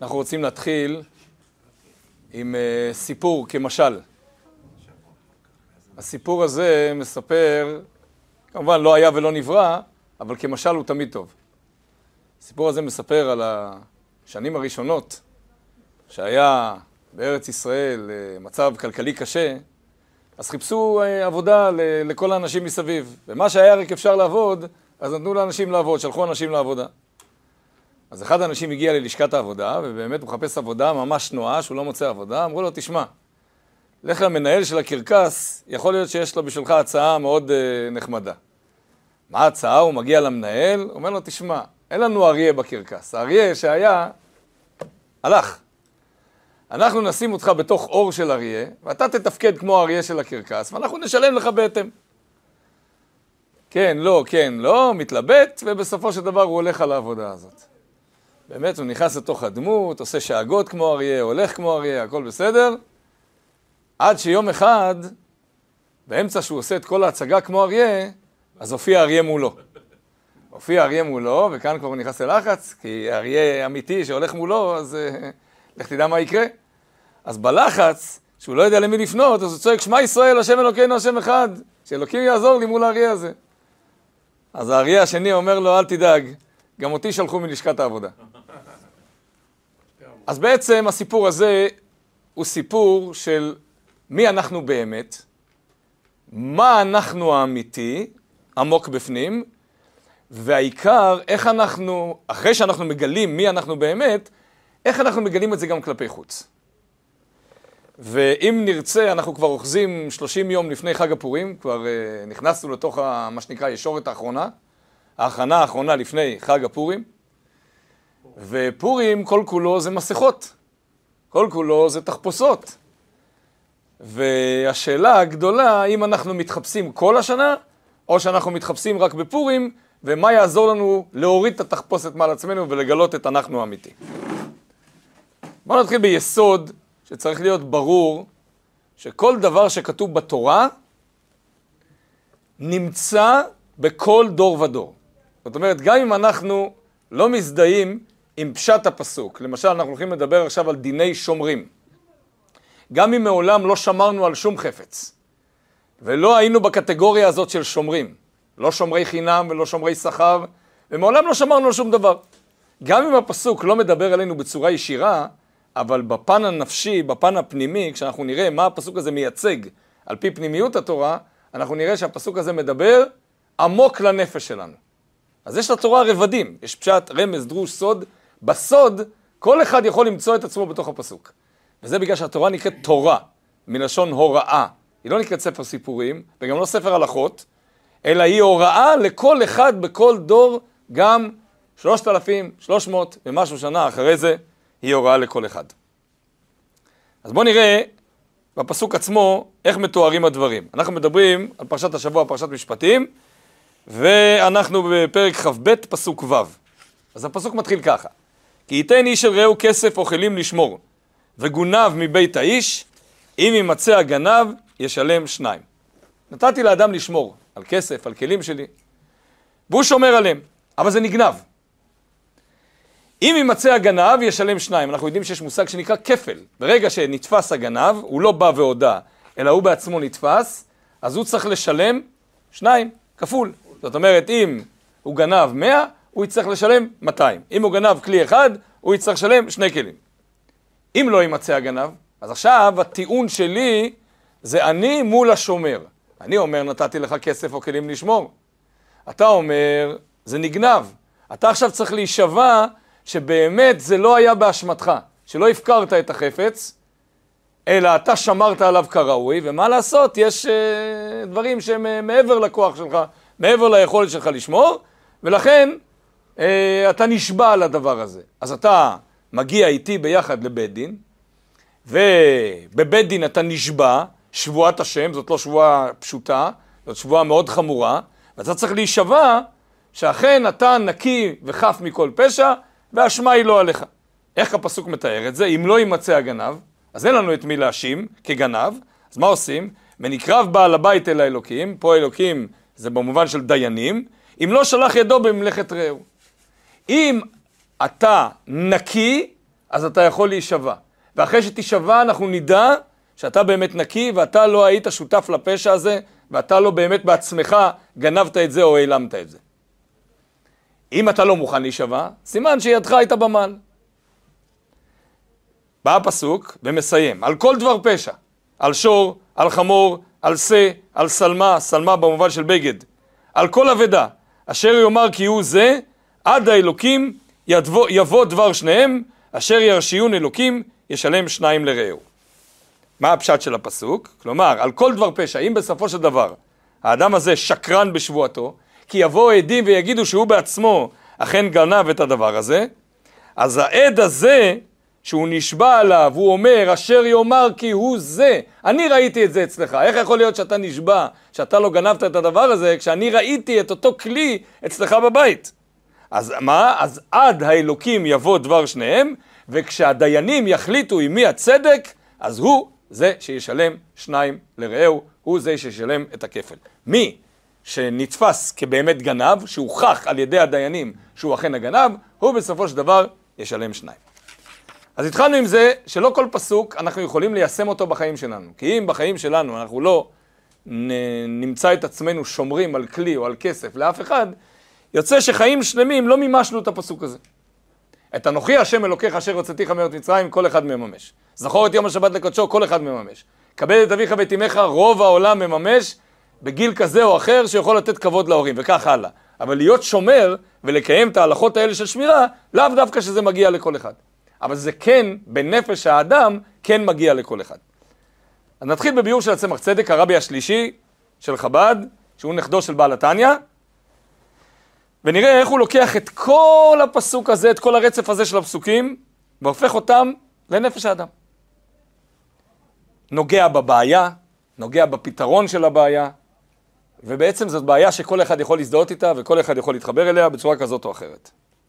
אנחנו רוצים להתחיל עם סיפור כמשל. הסיפור הזה מספר, כמובן לא היה ולא נברא, אבל כמשל הוא תמיד טוב. הסיפור הזה מספר על השנים הראשונות שהיה בארץ ישראל מצב כלכלי קשה, אז חיפשו עבודה לכל האנשים מסביב. ומה שהיה רק אפשר לעבוד, אז נתנו לאנשים לעבוד, שלחו אנשים לעבודה. אז אחד האנשים הגיע ללשכת העבודה, ובאמת הוא מחפש עבודה ממש נועה, שהוא לא מוצא עבודה. אמרו לו, תשמע, לך למנהל של הקרקס, יכול להיות שיש לו בשבילך הצעה מאוד נחמדה. מה ההצעה? הוא מגיע למנהל, אומר לו, תשמע, אין לנו אריה בקרקס. האריה שהיה, הלך. אנחנו נשים אותך בתוך אור של אריה, ואתה תתפקד כמו האריה של הקרקס, ואנחנו נשלם לך בהתאם. כן, לא, מתלבט, ובסופו של דבר הוא הולך על העבודה הזאת. באמת, הוא נכנס לתוך הדמות, עושה שאגות כמו אריה, הולך כמו אריה, הכל בסדר. עד שיום אחד, באמצע שהוא עושה את כל ההצגה כמו אריה, אז הופיע אריה מולו. וכאן כבר הוא נכנס ללחץ, כי אריה אמיתי שהולך מולו, אז לך תדע מה יקרה. אז בלחץ, שהוא לא יודע למי לפנות, אז הוא צועק, שמע ישראל, השם אלוקינו, השם אחד, שאלוקים יעזור לי מול האריה הזה. אז האריה השני אומר לו, אל תדאג, גם אותי שלחו מלשכת העבודה. אז בעצם הסיפור הזה הוא סיפור של מי אנחנו באמת, מה אנחנו האמיתי, עמוק בפנים, והעיקר, איך אנחנו, אחרי שאנחנו מגלים מי אנחנו באמת, איך אנחנו מגלים את זה גם כלפי חוץ. ואם נרצה, אנחנו כבר אוחזים 30 יום לפני חג הפורים, כבר נכנסנו לתוך מה שנקרא ישורת האחרונה, ההכנה האחרונה לפני חג הפורים, ופורים כל כולו זה מסכות, כל כולו זה תחפושות. והשאלה הגדולה, האם אנחנו מתחפשים כל השנה, או שאנחנו מתחפשים רק בפורים, ומה יעזור לנו להוריד את התחפושת מעל עצמנו ולגלות את אנחנו האמיתי. בואו נתחיל ביסוד שצריך להיות ברור שכל דבר שכתוב בתורה נמצא בכל דור ודור. זאת אומרת, גם אם אנחנו לא מזדהים עם פשט הפסוק, למשל אנחנו הולכים לדבר עכשיו על דיני שומרים, גם אם מעולם לא שמרנו על שום חפץ, ולא היינו בקטגוריה הזאת של שומרים, לא שומרי חינם ולא שומרי שכר, ומעולם לא שמרנו על שום דבר. גם אם הפסוק לא מדבר עלינו בצורה ישירה, אבל בפן הנפשי, בפן הפנימי, כשאנחנו נראה מה הפסוק הזה מייצג על פי פנימיות התורה, אנחנו נראה שהפסוק הזה מדבר עמוק לנפש שלנו. אז יש לתורה רבדים, יש פשט, רמז, דרוש, סוד. בסוד, כל אחד יכול למצוא את עצמו בתוך הפסוק. וזה בגלל שהתורה נקראת תורה, מלשון הוראה. היא לא נקראת ספר סיפורים, וגם לא ספר הלכות, אלא היא הוראה לכל אחד בכל דור, גם 3,300 ומשהו שנה אחרי זה, היא הוראה לכל אחד. אז בואו נראה בפסוק עצמו איך מתוארים הדברים. אנחנו מדברים על פרשת השבוע, פרשת משפטים, ואנחנו בפרק כ"ב פסוק ו'. אז הפסוק מתחיל ככה. כי ייתן איש אל רעהו כסף או כלים לשמור, וגונב מבית האיש, אם יימצא הגנב ישלם 2. נתתי לאדם לשמור על כסף, על כלים שלי, והוא שומר עליהם, אבל זה נגנב. אם יימצא הגנב ישלם 2. אנחנו יודעים שיש מושג שנקרא כפל. ברגע שנתפס הגנב, הוא לא בא והודע, אלא הוא בעצמו נתפס, אז הוא צריך לשלם 2, כפול. זאת אומרת, אם הוא גנב 100, הוא יצטרך לשלם 200. אם הוא גנב כלי אחד, הוא יצטרך לשלם 2 כלים. אם לא יימצא הגנב, אז עכשיו הטיעון שלי זה אני מול השומר. אני אומר, נתתי לך כסף או כלים לשמור. אתה אומר, זה נגנב. אתה עכשיו צריך להישבע שבאמת זה לא היה באשמתך, שלא הפקרת את החפץ, אלא אתה שמרת עליו כראוי, ומה לעשות? יש דברים שהם מעבר לכוח שלך, מעבר ליכולת שלך לשמור, ולכן אתה נשבע על הדבר הזה. אז אתה מגיע איתי ביחד לבית דין, ובבית דין אתה נשבע, שבועת השם, זאת לא שבועה פשוטה, זאת שבועה מאוד חמורה, ואתה צריך להישבע שאכן אתה נקי וחף מכל פשע, והאשמה היא לא עליך. איך הפסוק מתאר את זה? אם לא יימצא הגנב, אז אין לנו את מי להאשים כגנב, אז מה עושים? ונקרב בעל הבית אל האלוקים, פה אלוקים זה במובן של דיינים, אם לא שלח ידו במלאכת רעהו. אם אתה נקי, אז אתה יכול להישבע. ואחרי שתישבע אנחנו נדע שאתה באמת נקי, ואתה לא היית שותף לפשע הזה, ואתה לא באמת בעצמך גנבת את זה או העלמת את זה. אם אתה לא מוכן להישבע, סימן שידך הייתה במעל. בא הפסוק ומסיים, על כל דבר פשע, על שור, על חמור, על שא, על סלמה, סלמה במובן של בגד, על כל אבדה, אשר יאמר כי הוא זה, עד האלוקים יבוא דבר שניהם, אשר ירשיון אלוקים, ישלם שניים לרעהו. מה הפשט של הפסוק? כלומר, על כל דבר פשע, אם בסופו של דבר האדם הזה שקרן בשבועתו, כי יבואו עדים ויגידו שהוא בעצמו אכן גנב את הדבר הזה, אז העד הזה שהוא נשבע עליו, הוא אומר, אשר יאמר כי הוא זה, אני ראיתי את זה אצלך. איך יכול להיות שאתה נשבע, שאתה לא גנבת את הדבר הזה, כשאני ראיתי את אותו כלי אצלך בבית? אז מה? אז עד האלוקים יבוא דבר שניהם, וכשהדיינים יחליטו עם מי הצדק, אז הוא זה שישלם שניים לרעהו, הוא זה שישלם את הכפל. מי שנתפס כבאמת גנב, שהוכח על ידי הדיינים שהוא אכן הגנב, הוא בסופו של דבר ישלם שניים. אז התחלנו עם זה שלא כל פסוק אנחנו יכולים ליישם אותו בחיים שלנו. כי אם בחיים שלנו אנחנו לא נמצא את עצמנו שומרים על כלי או על כסף לאף אחד, יוצא שחיים שלמים לא מימשנו את הפסוק הזה. את אנוכי השם אלוקיך אשר הוצאתיך מארץ מצרים, כל אחד מממש. זכור את יום השבת לקדשו, כל אחד מממש. כבד את אביך ואת אמך, רוב העולם מממש בגיל כזה או אחר שיכול לתת כבוד להורים, וכך הלאה. אבל להיות שומר ולקיים את ההלכות האלה של שמירה, לאו דווקא שזה מגיע לכל אחד. אבל זה כן, בנפש האדם, כן מגיע לכל אחד. אז נתחיל בביאור של הצמח צדק, הרבי השלישי של חב"ד, שהוא נכדו של בעל התניא, ונראה איך הוא לוקח את כל הפסוק הזה, את כל הרצף הזה של הפסוקים, והופך אותם לנפש האדם. נוגע בבעיה, נוגע בפתרון של הבעיה, ובעצם זאת בעיה שכל אחד יכול להזדהות איתה, וכל אחד יכול להתחבר אליה בצורה כזאת או אחרת.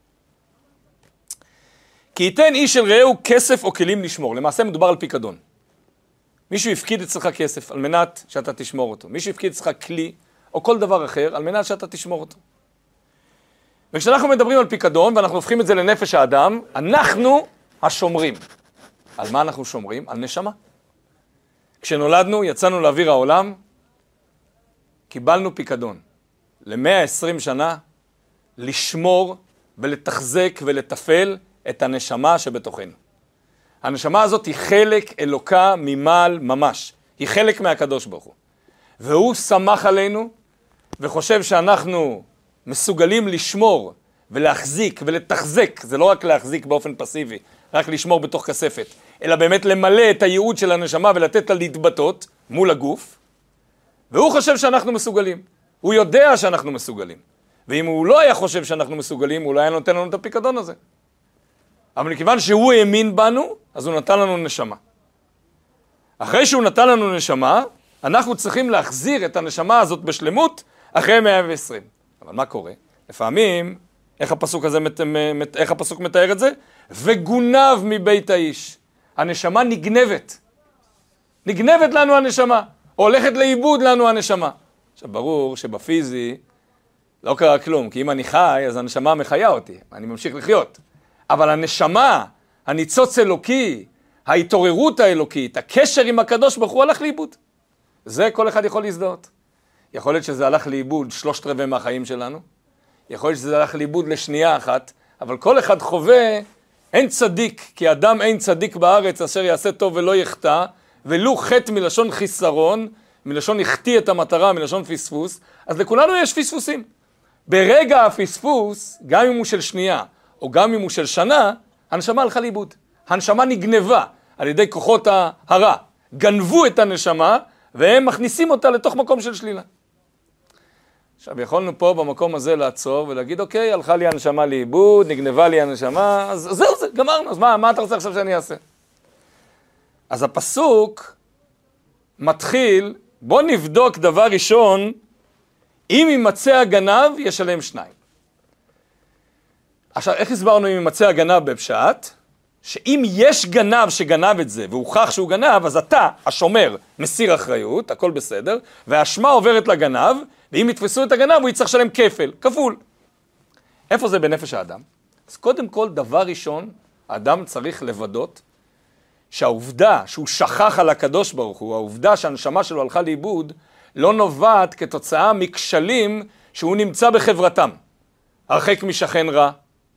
כי ייתן איש של רעהו כסף או כלים לשמור. למעשה מדובר על פיקדון. מישהו יפקיד אצלך כסף על מנת שאתה תשמור אותו. מישהו יפקיד אצלך כלי או כל דבר אחר על מנת שאתה תשמור אותו. וכשאנחנו מדברים על פיקדון ואנחנו הופכים את זה לנפש האדם, אנחנו השומרים. על מה אנחנו שומרים? על נשמה. כשנולדנו, יצאנו לאוויר העולם, קיבלנו פיקדון. ל-120 שנה לשמור ולתחזק ולטפל את הנשמה שבתוכנו. הנשמה הזאת היא חלק אלוקה ממעל ממש. היא חלק מהקדוש ברוך הוא. והוא שמח עלינו וחושב שאנחנו מסוגלים לשמור ולהחזיק ולתחזק. זה לא רק להחזיק באופן פסיבי, רק לשמור בתוך כספת, אלא באמת למלא את הייעוד של הנשמה ולתת לה להתבטאות מול הגוף. והוא חושב שאנחנו מסוגלים. הוא יודע שאנחנו מסוגלים. ואם הוא לא היה חושב שאנחנו מסוגלים, הוא לא היה נותן לנו את הפיקדון הזה. אבל מכיוון שהוא האמין בנו, אז הוא נתן לנו נשמה. אחרי שהוא נתן לנו נשמה, אנחנו צריכים להחזיר את הנשמה הזאת בשלמות אחרי 120. אבל מה קורה? לפעמים, איך הפסוק מתאר את זה? וגונב מבית האיש. הנשמה נגנבת. נגנבת לנו הנשמה. הולכת לאיבוד לנו הנשמה. עכשיו ברור שבפיזי לא קרה כלום, כי אם אני חי, אז הנשמה מחיה אותי. אני ממשיך לחיות. אבל הנשמה, הניצוץ אלוקי, ההתעוררות האלוקית, הקשר עם הקדוש ברוך הוא הלך לאיבוד. זה כל אחד יכול להזדהות. יכול להיות שזה הלך לאיבוד 3/4 מהחיים שלנו. יכול להיות שזה הלך לאיבוד לשנייה אחת. אבל כל אחד חווה, אין צדיק, כי אדם אין צדיק בארץ אשר יעשה טוב ולא יחטא, ולו חטא מלשון חיסרון, מלשון החטיא את המטרה, מלשון פספוס, אז לכולנו יש פספוסים. ברגע הפספוס, גם אם הוא של שנייה, או גם אם הוא של שנה, הנשמה הלכה לאיבוד. הנשמה נגנבה על ידי כוחות הרע. גנבו את הנשמה, והם מכניסים אותה לתוך מקום של שלילה. עכשיו, יכולנו פה במקום הזה לעצור ולהגיד, אוקיי, הלכה לי הנשמה לאיבוד, נגנבה לי הנשמה, אז זהו זה, גמרנו, אז מה אתה רוצה עכשיו שאני אעשה? אז הפסוק מתחיל, בוא נבדוק דבר ראשון, אם יימצא הגנב, ישלם 2. עכשיו, איך הסברנו אם יימצא הגנב בפשט? שאם יש גנב שגנב את זה, והוכח שהוא גנב, אז אתה, השומר, מסיר אחריות, הכל בסדר, והאשמה עוברת לגנב, ואם יתפסו את הגנב, הוא יצטרך לשלם כפל, כפול. איפה זה בנפש האדם? אז קודם כל, דבר ראשון, האדם צריך לוודות שהעובדה שהוא שכח על הקדוש ברוך הוא, העובדה שהנשמה שלו הלכה לאיבוד, לא נובעת כתוצאה מכשלים שהוא נמצא בחברתם. הרחק משכן רע,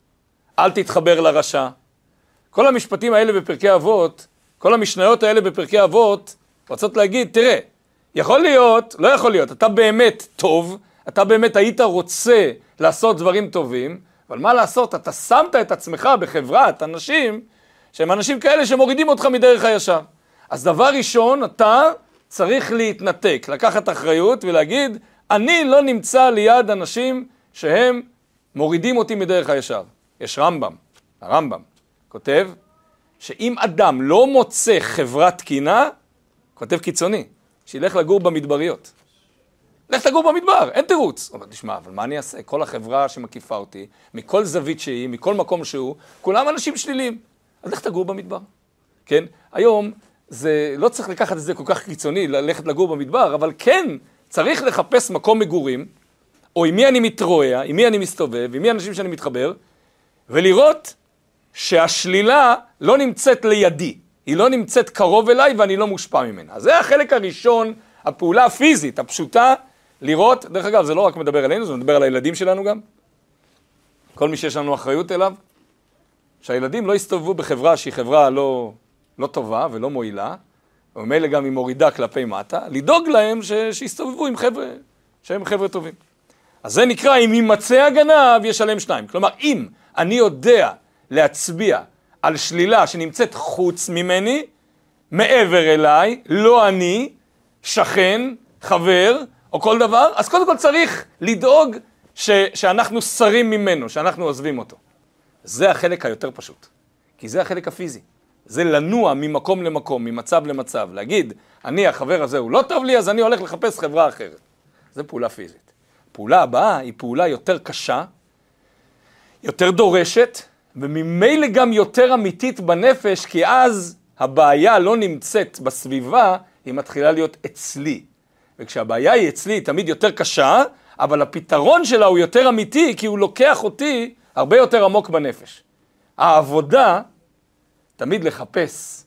אל תתחבר לרשע. כל המשפטים האלה בפרקי אבות, כל המשניות האלה בפרקי אבות, רוצות להגיד, תראה, יכול להיות, לא יכול להיות, אתה באמת טוב, אתה באמת היית רוצה לעשות דברים טובים, אבל מה לעשות, אתה שמת את עצמך בחברת אנשים, שהם אנשים כאלה שמורידים אותך מדרך הישר. אז דבר ראשון, אתה צריך להתנתק, לקחת אחריות ולהגיד, אני לא נמצא ליד אנשים שהם מורידים אותי מדרך הישר. יש הרמב"ם כותב, שאם אדם לא מוצא חברת תקינה, כותב קיצוני, שילך לגור במדבריות. לך תגור במדבר, אין תירוץ. הוא אומר, תשמע, אבל מה אני אעשה? כל החברה שמקיפה אותי, מכל זווית שהיא, מכל מקום שהוא, כולם אנשים שליליים. אז לך תגור במדבר. כן? היום זה לא צריך לקחת את זה כל כך קיצוני, ללכת לגור במדבר, אבל כן צריך לחפש מקום מגורים, או עם מי אני מתרועע, עם מי אני מסתובב, עם מי אנשים שאני מתחבר, ולראות שהשלילה לא נמצאת לידי. היא לא נמצאת קרוב אליי ואני לא מושפע ממנה. אז זה החלק הראשון, הפעולה הפיזית, הפשוטה, לראות, דרך אגב, זה לא רק מדבר עלינו, זה מדבר על הילדים שלנו גם. כל מי שיש לנו אחריות אליו, שהילדים לא יסתובבו בחברה שהיא חברה לא טובה ולא מועילה, וממילא גם היא מורידה כלפי מטה, לדאוג להם שיסתובבו עם חבר'ה, שהם חבר'ה טובים. אז זה נקרא, אם יימצא הגנב, יש עליהם שניים. כלומר, אם אני יודע להצביע על שלילה שנמצאת חוץ ממני, מעבר אליי, לא אני, שכן, חבר, או כל דבר, אז קודם כל צריך לדאוג שאנחנו שרים ממנו, שאנחנו עוזבים אותו. זה החלק היותר פשוט, כי זה החלק הפיזי. זה לנוע ממקום למקום, ממצב למצב, להגיד, אני החבר הזה הוא לא טוב לי, אז אני הולך לחפש חברה אחרת. זה פעולה פיזית. הפעולה הבאה היא פעולה יותר קשה, יותר דורשת, וממילא גם יותר אמיתית בנפש, כי אז הבעיה לא נמצאת בסביבה, היא מתחילה להיות אצלי. וכשהבעיה היא אצלי, היא תמיד יותר קשה, אבל הפתרון שלה הוא יותר אמיתי, כי הוא לוקח אותי הרבה יותר עמוק בנפש. העבודה, תמיד לחפש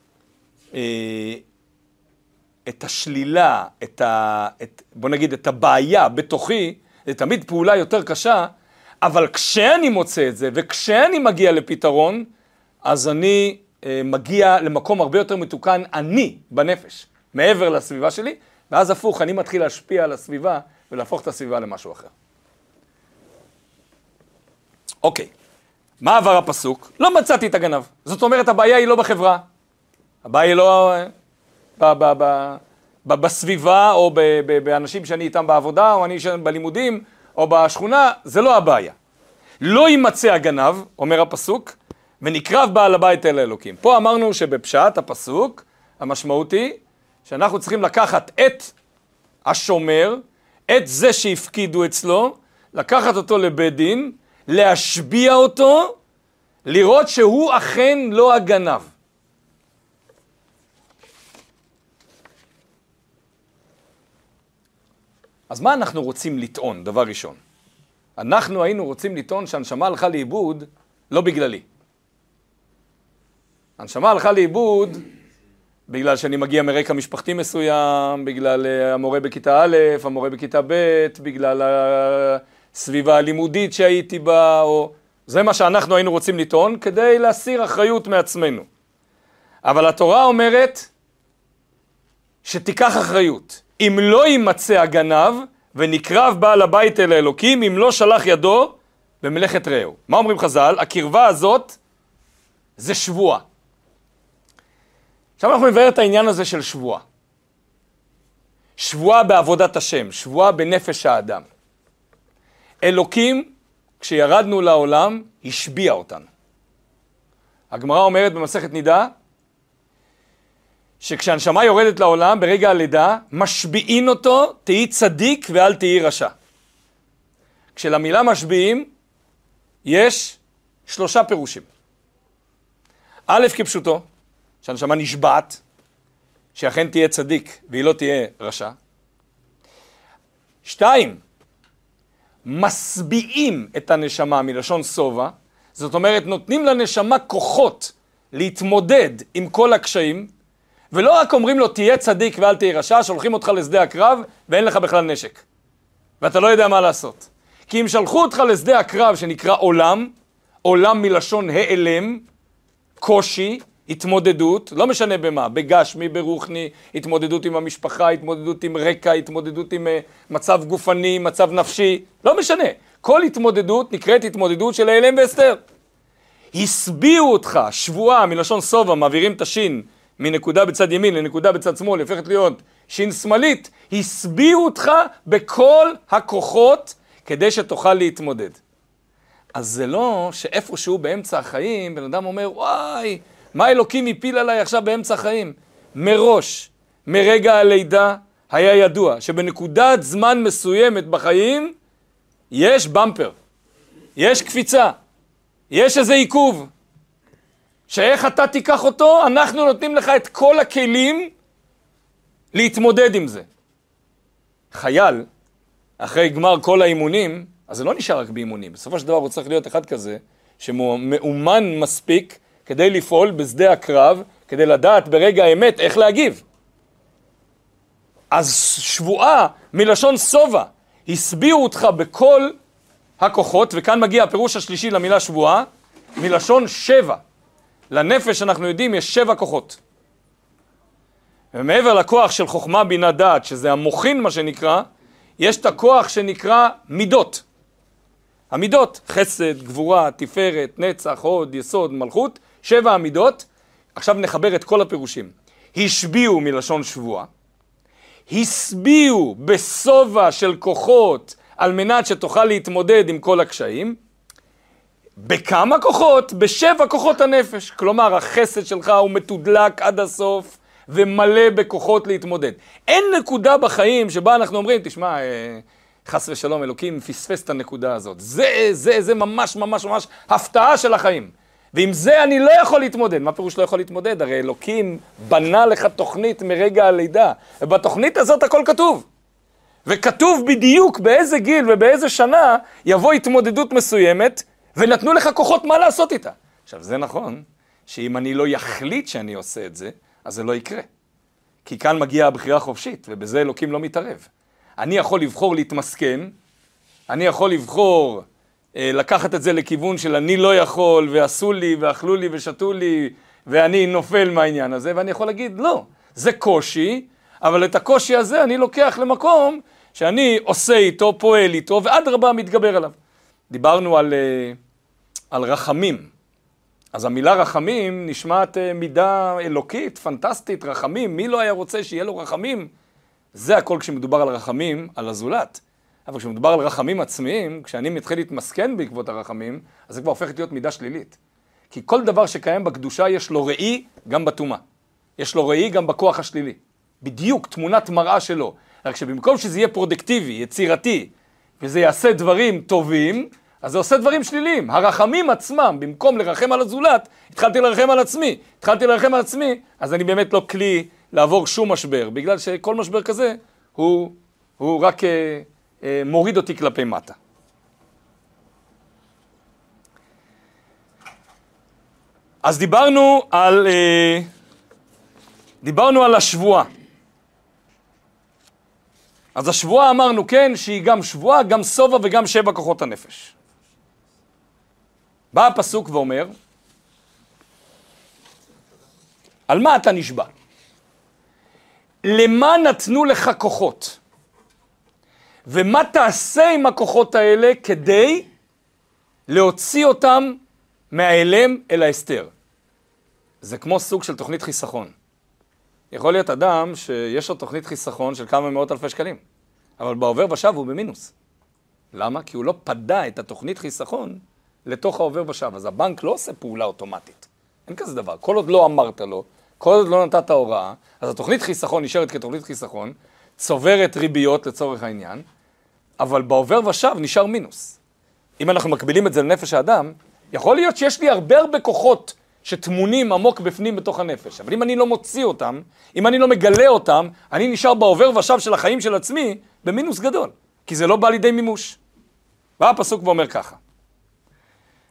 את השלילה, בוא נגיד את הבעיה בתוכי, זה תמיד פעולה יותר קשה, אבל כשאני מוצא את זה, וכשאני מגיע לפתרון, אז אני מגיע למקום הרבה יותר מתוקן, אני בנפש, מעבר לסביבה שלי, ואז הפוך, אני מתחיל להשפיע על הסביבה, ולהפוך את הסביבה למשהו אחר. אוקיי, מה עבר הפסוק? לא מצאתי את הגנב. זאת אומרת, הבעיה היא לא בחברה. הבעיה היא לא בסביבה, או באנשים שאני איתם בעבודה, או אני בלימודים, או בשכונה, זה לא הבעיה. לא יימצא הגנב, אומר הפסוק, ונקרב בעל הבית אל האלוקים. פה אמרנו שבפשט הפסוק, המשמעות היא שאנחנו צריכים לקחת את השומר, את זה שהפקידו אצלו, לקחת אותו לבית דין, להשביע אותו, לראות שהוא אכן לא הגנב. אז מה אנחנו רוצים לטעון, דבר ראשון? אנחנו היינו רוצים לטעון שהנשמה הלכה לאיבוד לא בגללי. הנשמה הלכה לאיבוד בגלל שאני מגיע מרקע משפחתי מסוים, בגלל המורה בכיתה א', המורה בכיתה ב', בגלל הסביבה הלימודית שהייתי בה, או... זה מה שאנחנו היינו רוצים לטעון כדי להסיר אחריות מעצמנו. אבל התורה אומרת שתיקח אחריות. אם לא יימצא הגנב ונקרב בעל הבית אל האלוקים, אם לא שלח ידו במלאכת רעהו. מה אומרים חז"ל? הקרבה הזאת זה שבועה. עכשיו אנחנו נבהר את העניין הזה של שבועה. שבועה בעבודת השם, שבועה בנפש האדם. אלוקים, כשירדנו לעולם, השביע אותנו. הגמרא אומרת במסכת נידה, שכשהנשמה יורדת לעולם ברגע הלידה, משביעין אותו, תהי צדיק ואל תהי רשע. כשלמילה משביעים, יש 3 פירושים. א' כפשוטו, שהנשמה נשבעת, שאכן תהיה צדיק והיא לא תהיה רשע. 2, משביעים את הנשמה מלשון סובה, זאת אומרת, נותנים לנשמה כוחות להתמודד עם כל הקשיים, ולא רק אומרים לו, תהיה צדיק ואל תהיה רשע, שולחים אותך לשדה הקרב ואין לך בכלל נשק. ואתה לא יודע מה לעשות. כי אם שלחו אותך לשדה הקרב שנקרא עולם, עולם מלשון העלם, קושי, התמודדות, לא משנה במה, בגשמי, ברוחני, התמודדות עם המשפחה, התמודדות עם רקע, התמודדות עם מצב גופני, מצב נפשי, לא משנה. כל התמודדות נקראת התמודדות של העלם והסתר. הסביעו אותך, שבועה מלשון סובה, מעבירים את השין מנקודה בצד ימין לנקודה בצד שמאל, הופכת להיות שין שמאלית, הסביעו אותך בכל הכוחות כדי שתוכל להתמודד. אז זה לא שאיפשהו באמצע החיים, בן אדם אומר, וואי, מה אלוקים הפיל עליי עכשיו באמצע החיים? מראש, מרגע הלידה, היה ידוע שבנקודת זמן מסוימת בחיים, יש במפר, יש קפיצה, יש איזה עיכוב, שאיך אתה תיקח אותו, אנחנו נותנים לך את כל הכלים להתמודד עם זה. חייל, אחרי גמר כל האימונים, אז זה לא נשאר רק באימונים. בסופו של דבר הוא צריך להיות אחד כזה, שמאומן מספיק כדי לפעול בשדה הקרב, כדי לדעת ברגע האמת איך להגיב. אז שבועה מלשון סובה, הסביעו אותך בכל הכוחות, וכאן מגיע הפירוש השלישי למילה שבועה, מלשון שבע. לנפש אנחנו יודעים יש 7 כוחות. ומעבר לכוח של חוכמה בינה דעת, שזה המוחין מה שנקרא, יש את הכוח שנקרא מידות. המידות, חסד, גבורה, תפארת, נצח, הוד, יסוד, מלכות, 7 המידות. עכשיו נחבר את כל הפירושים. השביעו מלשון שבועה, הסביעו בסובה של כוחות על מנת שתוכל להתמודד עם כל הקשיים. בכמה כוחות? ב7 כוחות הנפש. כלומר, החסד שלך הוא מתודלק עד הסוף ומלא בכוחות להתמודד. אין נקודה בחיים שבה אנחנו אומרים, תשמע, חס ושלום, אלוקים פספס את הנקודה הזאת. זה ממש ממש ממש הפתעה של החיים. ועם זה אני לא יכול להתמודד. מה פירוש לא יכול להתמודד? הרי אלוקים בנה לך תוכנית מרגע הלידה. ובתוכנית הזאת הכל כתוב. וכתוב בדיוק באיזה גיל ובאיזה שנה יבוא התמודדות מסוימת, ונתנו לך כוחות מה לעשות איתה. עכשיו זה נכון, שאם אני לא יחליט שאני עושה את זה, אז זה לא יקרה. כי כאן מגיעה הבחירה חופשית, ובזה אלוקים לא מתערב. אני יכול לבחור להתמסכן, אני יכול לבחור לקחת את זה לכיוון של אני לא יכול, ועשו לי, ואכלו לי, ושתו לי, ואני נופל מהעניין הזה, ואני יכול להגיד, לא, זה קושי, אבל את הקושי הזה אני לוקח למקום שאני עושה איתו, פועל איתו, ועד רבה מתגבר עליו. דיברנו על רחמים. אז המילה רחמים נשמעת מידה אלוקית, פנטסטית, רחמים. מי לא היה רוצה שיהיה לו רחמים? זה הכל כשמדובר על רחמים, על הזולת. אבל כשמדובר על רחמים עצמיים, כשאני מתחיל להתמסכן בעקבות הרחמים, אז זה כבר הופך להיות מידה שלילית. כי כל דבר שקיים בקדושה יש לו ראי גם בטומאה. יש לו ראי גם בכוח השלילי. בדיוק תמונת מראה שלו. רק שבמקום שזה יהיה פרודקטיבי, יצירתי, וזה יעשה דברים טובים, אז זה עושה דברים שליליים. הרחמים עצמם, במקום לרחם על הזולת, התחלתי לרחם על עצמי. אז אני באמת לא כלי לעבור שום משבר, בגלל שכל משבר כזה הוא רק מוריד אותי כלפי מטה. אז דיברנו על השבועה. אז השבועה אמרנו כן, שהיא גם שבועה, גם סובה וגם 7 כוחות הנפש. בא הפסוק ואומר, על מה אתה נשבע? למה נתנו לך כוחות? ומה תעשה עם הכוחות האלה כדי להוציא אותם מהאלם אל ההסתר? זה כמו סוג של תוכנית חיסכון. יכול להיות אדם שיש לו תוכנית חיסכון של כמה מאות אלפי שקלים, אבל בעובר ושב הוא במינוס. למה? כי הוא לא פדה את התוכנית חיסכון לתוך העובר ושב. אז הבנק לא עושה פעולה אוטומטית. אין כזה דבר. כל עוד לא אמרת לו, כל עוד לא נתת הוראה, אז התוכנית חיסכון נשארת כתוכנית חיסכון, צוברת ריביות לצורך העניין, אבל בעובר ושב נשאר מינוס. אם אנחנו מקבילים את זה לנפש האדם, יכול להיות שיש לי הרבה כוחות שתמונים עמוק בפנים בתוך הנפש. אבל אם אני לא מוציא אותם, אם אני לא מגלה אותם, אני נשאר בעובר ושב של החיים של עצמי במינוס גדול, כי זה לא בא לידי מימוש. בא הפסוק ואומר ככה,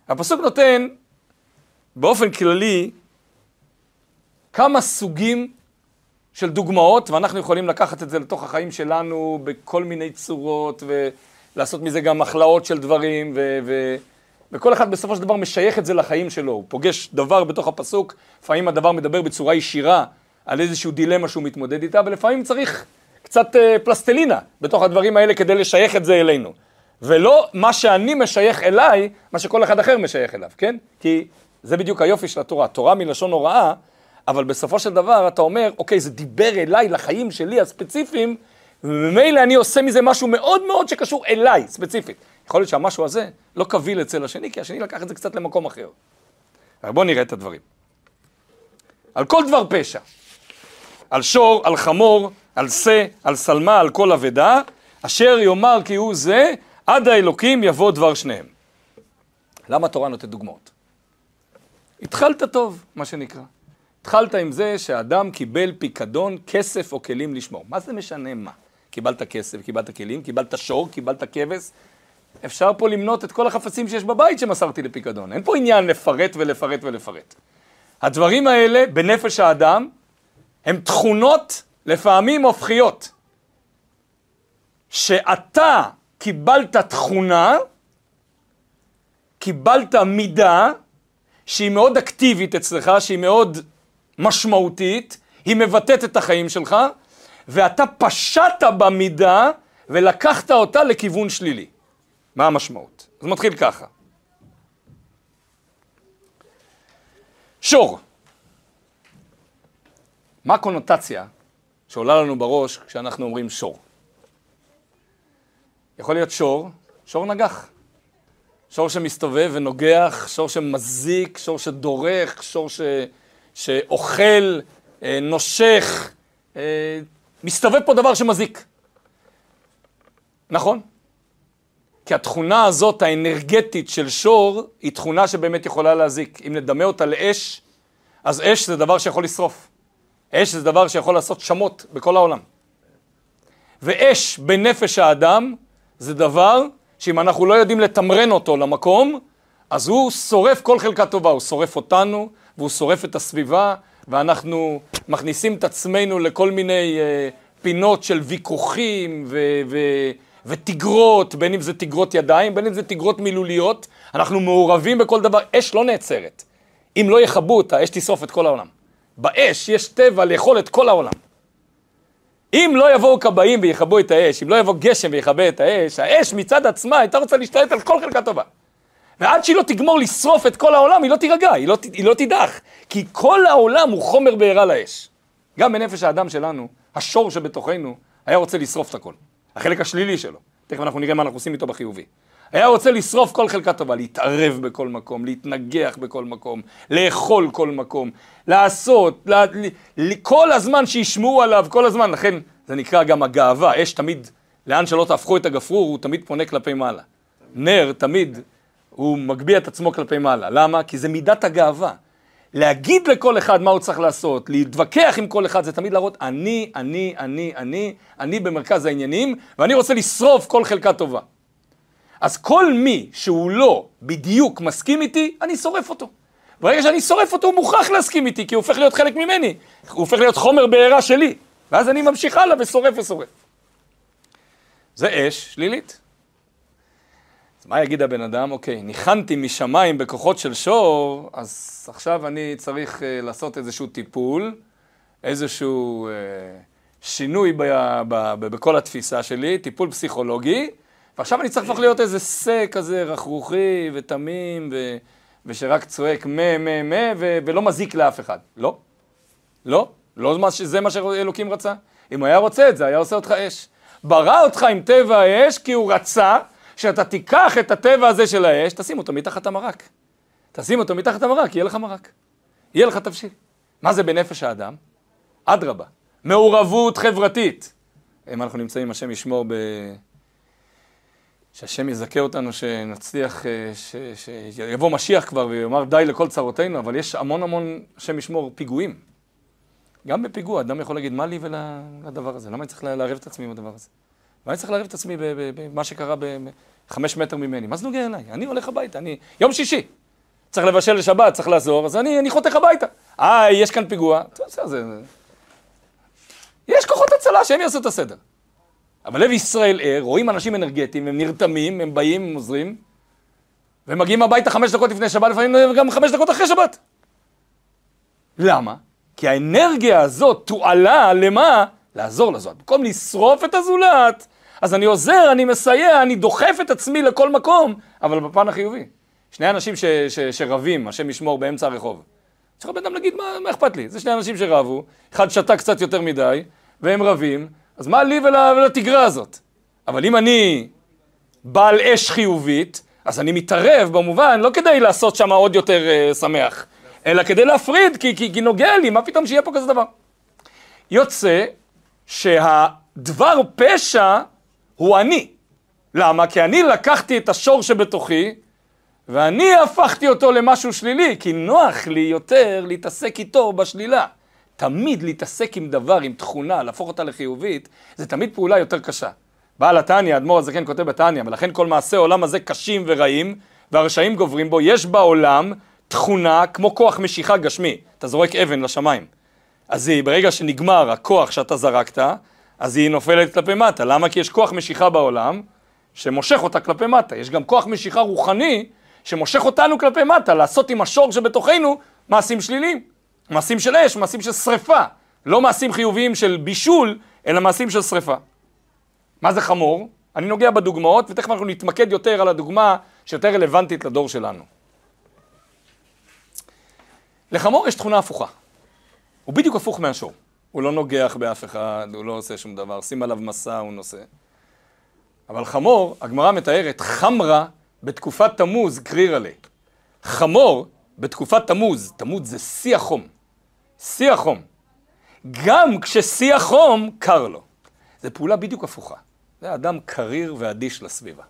הפסוק נותן באופן כללי כמה סוגים של דוגמאות, ואנחנו יכולים לקחת את זה לתוך החיים שלנו בכל מיני צורות, ולעשות מזה גם מחלאות של דברים, וכל אחד בסופו של דבר משייך את זה לחיים שלו. הוא פוגש דבר בתוך הפסוק, לפעמים הדבר מדבר בצורה ישירה על איזשהו דילמה שהוא מתמודד איתה, ולפעמים צריך קצת פלסטלינה בתוך הדברים האלה כדי לשייך את זה אלינו. ולא מה שאני משייך אליי, מה שכל אחד אחר משייך אליו, כן? כי זה בדיוק היופי של התורה. תורה מלשון הוראה, אבל בסופו של דבר אתה אומר, אוקיי, זה דיבר אליי לחיים שלי הספציפיים, וממילא אני עושה מזה משהו מאוד מאוד שקשור אליי, ספציפית. יכול להיות שהמשהו הזה לא קביל אצל השני, כי השני לקח את זה קצת למקום אחר. אבל בואו נראה את הדברים. על כל דבר פשע, על שור, על חמור, על שא, על שלמה, על כל אבדה, אשר יאמר כי הוא זה, עד האלוקים יבוא דבר שניהם. למה התורה נותנת דוגמאות? התחלת טוב, מה שנקרא. התחלת עם זה שהאדם קיבל פיקדון, כסף או כלים לשמור. מה זה משנה מה? קיבלת כסף, קיבלת כלים, קיבלת שור, קיבלת כבש. אפשר פה למנות את כל החפצים שיש בבית שמסרתי לפיקדון. אין פה עניין לפרט ולפרט ולפרט. הדברים האלה בנפש האדם הם תכונות לפעמים הופכיות. שאתה קיבלת תכונה, קיבלת מידה שהיא מאוד אקטיבית אצלך, שהיא מאוד משמעותית, היא מבטאת את החיים שלך, ואתה פשעת במידה ולקחת אותה לכיוון שלילי. מה המשמעות? אז מתחיל ככה. שור. מה הקונוטציה שעולה לנו בראש כשאנחנו אומרים שור? יכול להיות שור נגח. שור שמסתובב ונוגח, שור שמזיק, שור שדורך, שור שאוכל, נושך, מסתובב פה דבר שמזיק. נכון? כי התכונה הזאת, האנרגטית של שור, היא תכונה שבאמת יכולה להזיק. אם נדמה אותה לאש, אז אש זה דבר שיכול לשרוף. אש זה דבר שיכול לעשות שמות בכל העולם. ואש בנפש האדם זה דבר שאם אנחנו לא יודעים לתמרן אותו למקום, אז הוא שורף כל חלקה טובה, הוא שורף אותנו, והוא שורף את הסביבה, ואנחנו מכניסים את עצמנו לכל מיני פינות של ויכוחים ותגרות, בין אם זה תגרות ידיים, בין אם זה תגרות מילוליות, אנחנו מעורבים בכל דבר, אש לא נעצרת. אם לא יחבו אותה, אש תשרוף את כל העולם. באש יש טבע לאכול את כל העולם. אם לא יבואו כבאים ויחבו את האש, אם לא יבוא גשם ויחבא את האש, האש מצד עצמה הייתה רוצה להשתלט על כל חלקה טובה. ועד שהיא לא תגמור לשרוף את כל העולם, היא לא תירגע, היא לא תדח. כי כל העולם הוא חומר בעירה לאש. גם בנפש האדם שלנו, השור שבתוכנו, היה רוצה לשרוף את הכל. החלק השלילי שלו. תכף אנחנו נראה מה אנחנו עושים איתו בחיובי. היה רוצה לשרוף כל חלקה טובה, להתערב בכל מקום, להתנגח בכל מקום, לאכול כל מקום, לעשות, כל הזמן שישמעו עליו, כל הזמן. לכן זה נקרא גם הגאווה. אש תמיד, לאן שלא תהפכו את הגפרור, הוא תמיד פונה כלפי מעלה. נר תמיד הוא מגביה את עצמו כלפי מעלה. למה? כי זה מידת הגאווה. להגיד לכל אחד מה הוא צריך לעשות, להתווכח עם כל אחד, זה תמיד להראות אני במרכז העניינים, ואני רוצה לשרוף כל חלקה טובה. אז כל מי שהוא לא בדיוק מסכים איתי, אני שורף אותו. ברגע שאני שורף אותו, הוא מוכרח להסכים איתי, כי הוא הופך להיות חלק ממני. הוא הופך להיות חומר בעירה שלי. ואז אני ממשיך הלאה ושורף ושורף. זה אש שלילית. אז מה יגיד הבן אדם? אוקיי, ניחנתי משמיים בכוחות של שור, אז עכשיו אני צריך לעשות איזשהו טיפול, איזשהו שינוי בכל התפיסה שלי, טיפול פסיכולוגי, ועכשיו אני צריך לפוך להיות איזה שא כזה רכרוכי ותמים, ושרק צועק ולא מזיק לאף אחד. לא. זה מה שאלוקים רצה. אם הוא היה רוצה את זה, היה עושה אותך אש. ברא אותך עם טבע האש, כי הוא רצה שאתה תיקח את הטבע הזה של האש, תשים אותו מתחת המרק. תשים אותו מתחת המרק, יהיה לך מרק. יהיה לך תבשיל. מה זה בנפש האדם? אדרבה. מעורבות חברתית. אם אנחנו נמצאים, השם ישמור שהשם יזכה אותנו, שנצליח, שיבוא משיח כבר ויאמר די לכל צרותינו, אבל יש המון, השם ישמור, פיגועים. גם בפיגוע, אדם יכול להגיד, מה לי ולדבר הזה? למה אני צריך לערב את עצמי עם הדבר הזה? ואני צריך לערב את עצמי במה שקרה ב5 מטר ממני. מה זה נוגע אליי? אני הולך הביתה, יום שישי. צריך לבשל לשבת, צריך לעזור, אז אני חותך הביתה. יש כאן פיגוע. יש כוחות הצלה שהם יעשו את הסדר. אבל לב ישראל ער, רואים אנשים אנרגטיים, הם נרתמים, הם באים, הם עוזרים, והם מגיעים הביתה 5 דקות לפני שבת, לפעמים גם 5 דקות אחרי שבת. למה? כי האנרגיה הזאת תועלה למה? לעזור לזולת. במקום לשרוף את הזולת, אז אני עוזר, אני מסייע, אני דוחף את עצמי לכל מקום, אבל בפן החיובי. 2 אנשים שרבים, השם ישמור באמצע הרחוב. צריך בן אדם להגיד, מה אכפת לי? זה 2 אנשים שרבו, אחד שתה קצת יותר מדי, והם רבים, אז מה לי ולתגרה הזאת? אבל אם אני בעל אש חיובית, אז אני מתערב במובן, לא כדי לעשות שם עוד יותר שמח, אלא כדי להפריד, כי נוגע לי, מה פתאום שיהיה פה כזה דבר? יוצא שהדבר פשע הוא אני. למה? כי אני לקחתי את השור שבתוכי, ואני הפכתי אותו למשהו שלילי, כי נוח לי יותר להתעסק איתו בשלילה. תמיד להתעסק עם דבר, עם תכונה, להפוך אותה לחיובית, זה תמיד פעולה יותר קשה. בעל התניא, האדמו"ר הזקן כותב בתניא, ולכן כל מעשי העולם הזה קשים ורעים, והרשעים גוברים בו. יש בעולם תכונה כמו כוח משיכה גשמי. אתה זורק אבן לשמיים. אז ברגע שנגמר הכוח שאתה זרקת, אז היא נופלת כלפי מטה. למה? כי יש כוח משיכה בעולם שמושך אותה כלפי מטה. יש גם כוח משיכה רוחני שמושך אותנו כלפי מטה, לעשות עם השור שבתוכנו מעשים שליליים. מעשים של אש, מעשים של שריפה. לא מעשים חיוביים של בישול, אלא מעשים של שריפה. מה זה חמור? אני נוגע בדוגמאות, ותכף אנחנו נתמקד יותר על הדוגמה שיותר רלוונטית לדור שלנו. לחמור יש תכונה הפוכה. הוא בדיוק הפוך מהשור. הוא לא נוגח באף אחד, הוא לא עושה שום דבר, שים עליו מסע, הוא נושא. אבל חמור, הגמרא מתארת, חמרה בתקופת תמוז קריר עלי. חמור בתקופת תמוז, תמוז זה שיא החום. שיא החום. גם כששיא החום קר לו. זה פעולה בדיוק הפוכה. זה אדם קריר ואדיש לסביבה.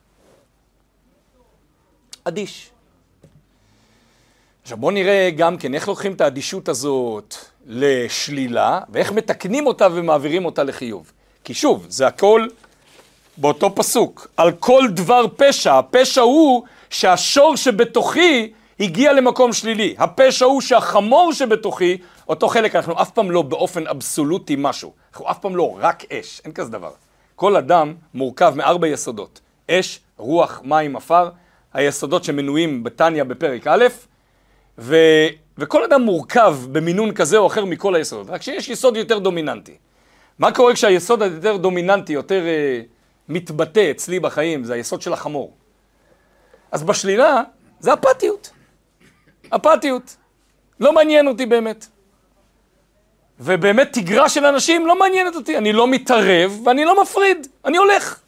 אדיש. עכשיו בואו נראה גם כן איך לוקחים את האדישות הזאת לשלילה, ואיך מתקנים אותה ומעבירים אותה לחיוב. כי שוב, זה הכל באותו פסוק. על כל דבר פשע, הפשע הוא שהשור שבתוכי הגיע למקום שלילי. הפשע הוא שהחמור שבתוכי, אותו חלק, אנחנו אף פעם לא באופן אבסולוטי משהו. אנחנו אף פעם לא רק אש, אין כזה דבר. כל אדם מורכב מ4 יסודות. אש, רוח, מים, עפר, היסודות שמנויים בתניא בפרק א', וכל אדם מורכב במינון כזה או אחר מכל היסודות. רק שיש יסוד יותר דומיננטי. מה קורה כשהיסוד היותר דומיננטי, יותר מתבטא אצלי בחיים, זה היסוד של החמור. אז בשלילה זה אפתיות. אפתיות. לא מעניין אותי באמת. ובאמת תגרה של אנשים לא מעניינת אותי. אני לא מתערב ואני לא מפריד. אני הולך.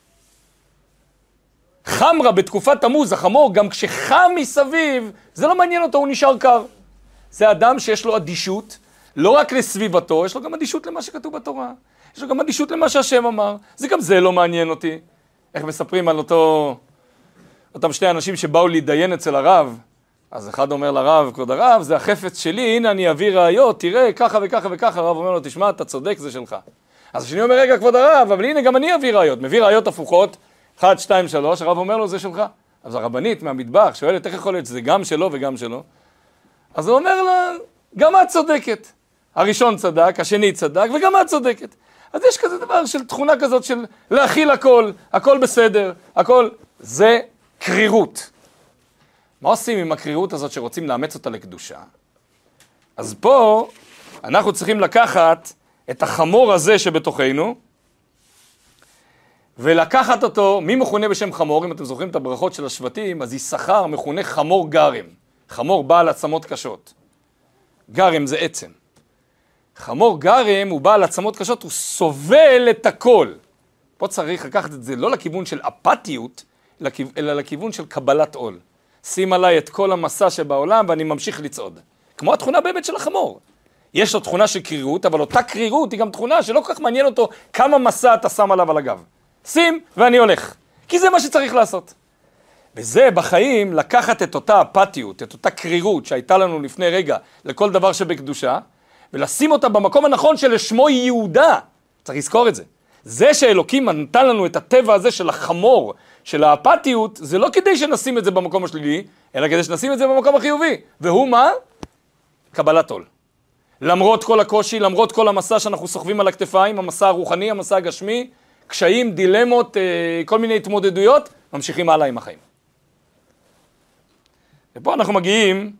חמרה בתקופת תמוז, החמור, גם כשחם מסביב, זה לא מעניין אותו, הוא נשאר קר. זה אדם שיש לו אדישות, לא רק לסביבתו, יש לו גם אדישות למה שכתוב בתורה. יש לו גם אדישות למה שהשם אמר. גם זה לא מעניין אותי. איך מספרים על אותם 2 אנשים שבאו להידיין אצל הרב. אז אחד אומר לרב, כבוד הרב, זה החפץ שלי, הנה אני אביא ראיות, תראה, ככה וככה וככה. הרב אומר לו, תשמע, אתה צודק, זה שלך. אז השני אומר, רגע, כבוד הרב, אבל הנה גם אני אביא ראיות. מביא ראיות הפוכות, 1, 2, 3, הרב אומר לו, זה שלך. אז הרבנית מהמטבח שואלת, איך יכול להיות שזה גם שלו וגם שלו? אז הוא אומר לה, גם את צודקת. הראשון צדק, השני צדק, וגם את צודקת. אז יש כזה דבר של תכונה כזאת של להכיל הכל, הכל בסדר, הכל. זה קרירות. מה עושים עם הקרירות הזאת שרוצים לאמץ אותה לקדושה? אז פה אנחנו צריכים לקחת את החמור הזה שבתוכנו, ולקחת אותו, מי מכונה בשם חמור? אם אתם זוכרים את הברכות של השבטים, אז יששכר מכונה חמור גרם. חמור בעל עצמות קשות. גרם זה עצם. חמור גרם הוא בעל עצמות קשות, הוא סובל את הכל. פה צריך לקחת את זה לא לכיוון של אפתיות, אלא לכיוון של קבלת עול. שים עליי את כל המסע שבעולם ואני ממשיך לצעוד. כמו התכונה באמת של החמור. יש לו תכונה של קרירות, אבל אותה קרירות היא גם תכונה שלא כל כך מעניין אותו כמה מסע אתה שם עליו על הגב. שים ואני הולך. כי זה מה שצריך לעשות. וזה בחיים לקחת את אותה אפתיות, את אותה קרירות שהייתה לנו לפני רגע לכל דבר שבקדושה, ולשים אותה במקום הנכון שלשמו היא יהודה. צריך לזכור את זה. זה שאלוקים נתן לנו את הטבע הזה של החמור, של האפתיות, זה לא כדי שנשים את זה במקום השלילי, אלא כדי שנשים את זה במקום החיובי. והוא מה? קבלת עול. למרות כל הקושי, למרות כל המסע שאנחנו סוחבים על הכתפיים, המסע הרוחני, המסע הגשמי, קשיים, דילמות, כל מיני התמודדויות, ממשיכים הלאה עם החיים. ופה אנחנו מגיעים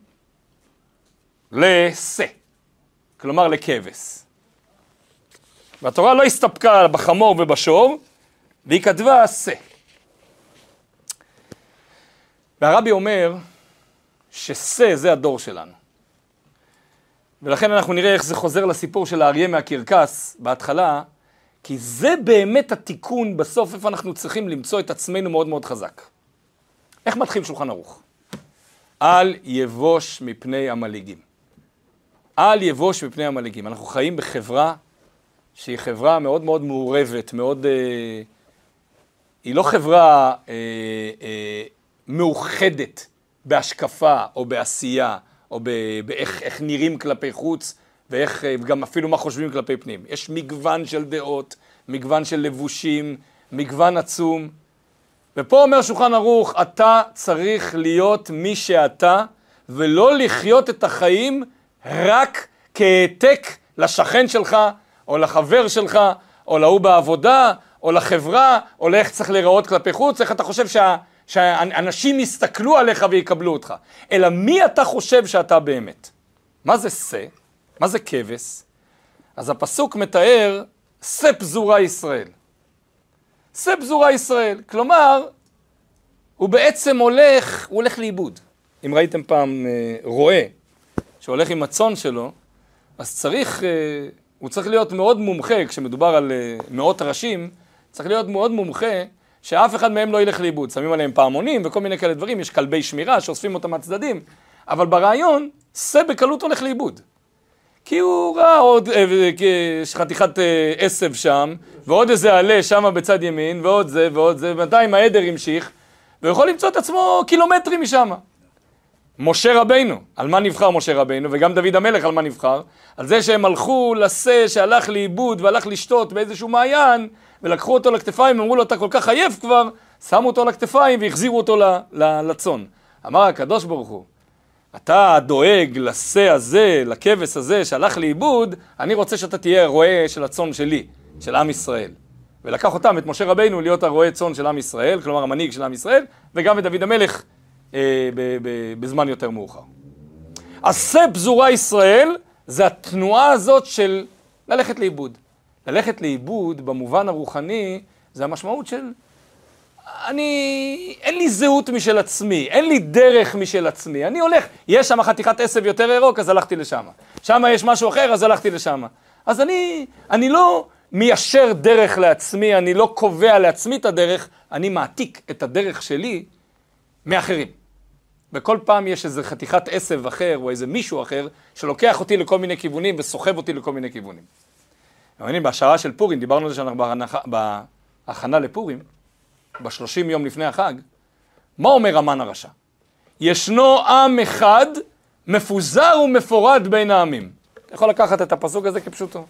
לסה, כלומר לכבש. והתורה לא הסתפקה בחמור ובשור, והיא כתבה סה. והרבי אומר שסה זה הדור שלנו. ולכן אנחנו נראה איך זה חוזר לסיפור של האריה מהקרקס בהתחלה, כי זה באמת התיקון בסוף, איפה אנחנו צריכים למצוא את עצמנו מאוד מאוד חזק. איך מתחיל שולחן ערוך? אל יבוש מפני המלאגים. אל יבוש מפני המלאגים. אנחנו חיים בחברה שהיא חברה מאוד מאוד מעורבת, מאוד... היא לא חברה מאוחדת בהשקפה או בעשייה, או באיך נראים כלפי חוץ, ואיך גם אפילו מה חושבים כלפי פנים. יש מגוון של דעות, מגוון של לבושים, מגוון עצום. ופה אומר שולחן ערוך, אתה צריך להיות מי שאתה, ולא לחיות את החיים רק כהעתק לשכן שלך, או לחבר שלך, או להוא בעבודה, או לחברה, או לאיך צריך להיראות כלפי חוץ, איך אתה חושב שאנשים יסתכלו עליך ויקבלו אותך. אלא מי אתה חושב שאתה באמת? מה זה סה? מה זה כבש? אז הפסוק מתאר סה פזורה ישראל. סה פזורה ישראל. כלומר, הוא בעצם הולך לאיבוד. אם ראיתם פעם רועה שהולך עם הצאן שלו, אז הוא צריך להיות מאוד מומחה, כשמדובר על מאות ראשים, צריך להיות מאוד מומחה, שאף אחד מהם לא ילך לאיבוד. שמים עליהם פעמונים וכל מיני כאלה דברים, יש כלבי שמירה שאוספים אותם מהצדדים, אבל ברעיון, סה בקלות הולך לאיבוד. כי הוא ראה עוד חתיכת עשב שם, ועוד איזה עלה שם בצד ימין, ועוד זה, ובינתיים העדר המשיך, והוא יכול למצוא את עצמו קילומטרים משם. משה רבינו, על מה נבחר משה רבינו, וגם דוד המלך על מה נבחר? על זה שהם הלכו לסה שהלך לאיבוד והלך לשתות באיזשהו מעיין, ולקחו אותו לכתפיים, אמרו לו, אתה כל כך עייף כבר, שמו אותו לכתפיים והחזירו אותו לצאן. אמר הקדוש ברוך הוא, אתה דואג לסה הזה, לכבש הזה שהלך לאיבוד, אני רוצה שאתה תהיה הרועה של הצאן שלי, של עם ישראל. ולקח אותם, את משה רבינו, להיות הרועה צאן של עם ישראל, כלומר המנהיג של עם ישראל, וגם את דוד המלך בזמן יותר מאוחר. אז סה פזורה ישראל, זה התנועה הזאת של ללכת לאיבוד. ללכת לאיבוד במובן הרוחני, זה המשמעות של אין לי זהות משל עצמי, אין לי דרך משל עצמי. אני הולך, יש שם חתיכת עשב יותר ירוק, אז הלכתי לשם. שם יש משהו אחר, אז הלכתי לשם. אז אני לא מיישר דרך לעצמי, אני לא קובע לעצמי את הדרך, אני מעתיק את הדרך שלי מאחרים. וכל פעם יש איזה חתיכת עשב אחר, או איזה מישהו אחר, שלוקח אותי לכל מיני כיוונים, וסוחב אותי לכל מיני כיוונים. בהשערה של פורים, דיברנו על זה שאנחנו בהכנה לפורים, ב30 יום לפני החג, מה אומר המן הרשע? ישנו עם אחד מפוזר ומפורד בין העמים. אתה יכול לקחת את הפסוק הזה כפשוטו.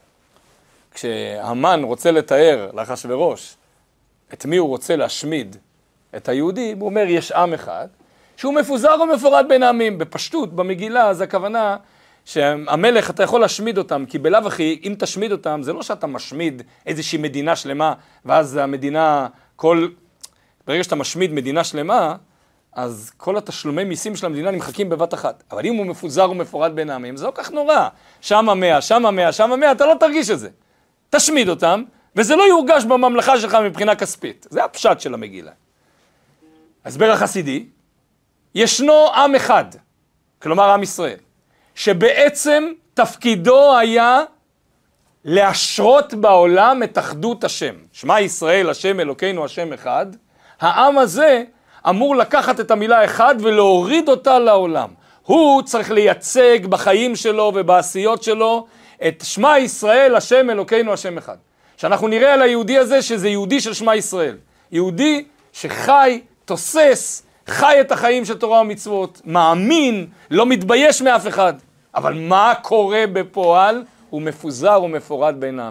כשהמן רוצה לתאר לאחשוורוש את מי הוא רוצה להשמיד את היהודים, הוא אומר יש עם אחד שהוא מפוזר ומפורד בין העמים. בפשטות, במגילה, אז הכוונה שהמלך אתה יכול להשמיד אותם, כי בלאו הכי אם תשמיד אותם זה לא שאתה משמיד איזושהי מדינה שלמה, ואז המדינה, ברגע שאתה משמיד מדינה שלמה, אז כל התשלומי מיסים של המדינה נמחקים בבת אחת. אבל אם הוא מפוזר ומפורד בין העמים, זה לא כך נורא. שמה 100, שמה 100, שמה 100, אתה לא תרגיש את זה. תשמיד אותם, וזה לא יורגש בממלכה שלך מבחינה כספית. זה הפשט של המגילה. הסבר החסידי, ישנו עם אחד, כלומר עם ישראל, שבעצם תפקידו היה להשרות בעולם את אחדות השם. שמע ישראל, השם אלוקינו, השם אחד. העם הזה אמור לקחת את המילה אחד ולהוריד אותה לעולם. הוא צריך לייצג בחיים שלו ובעשיות שלו את שמע ישראל, השם אלוקינו, השם אחד. שאנחנו נראה על היהודי הזה שזה יהודי של שמע ישראל. יהודי שחי, תוסס, חי את החיים של תורה ומצוות, מאמין, לא מתבייש מאף אחד. אבל מה קורה בפועל? הוא מפוזר ומפורד בין העמים.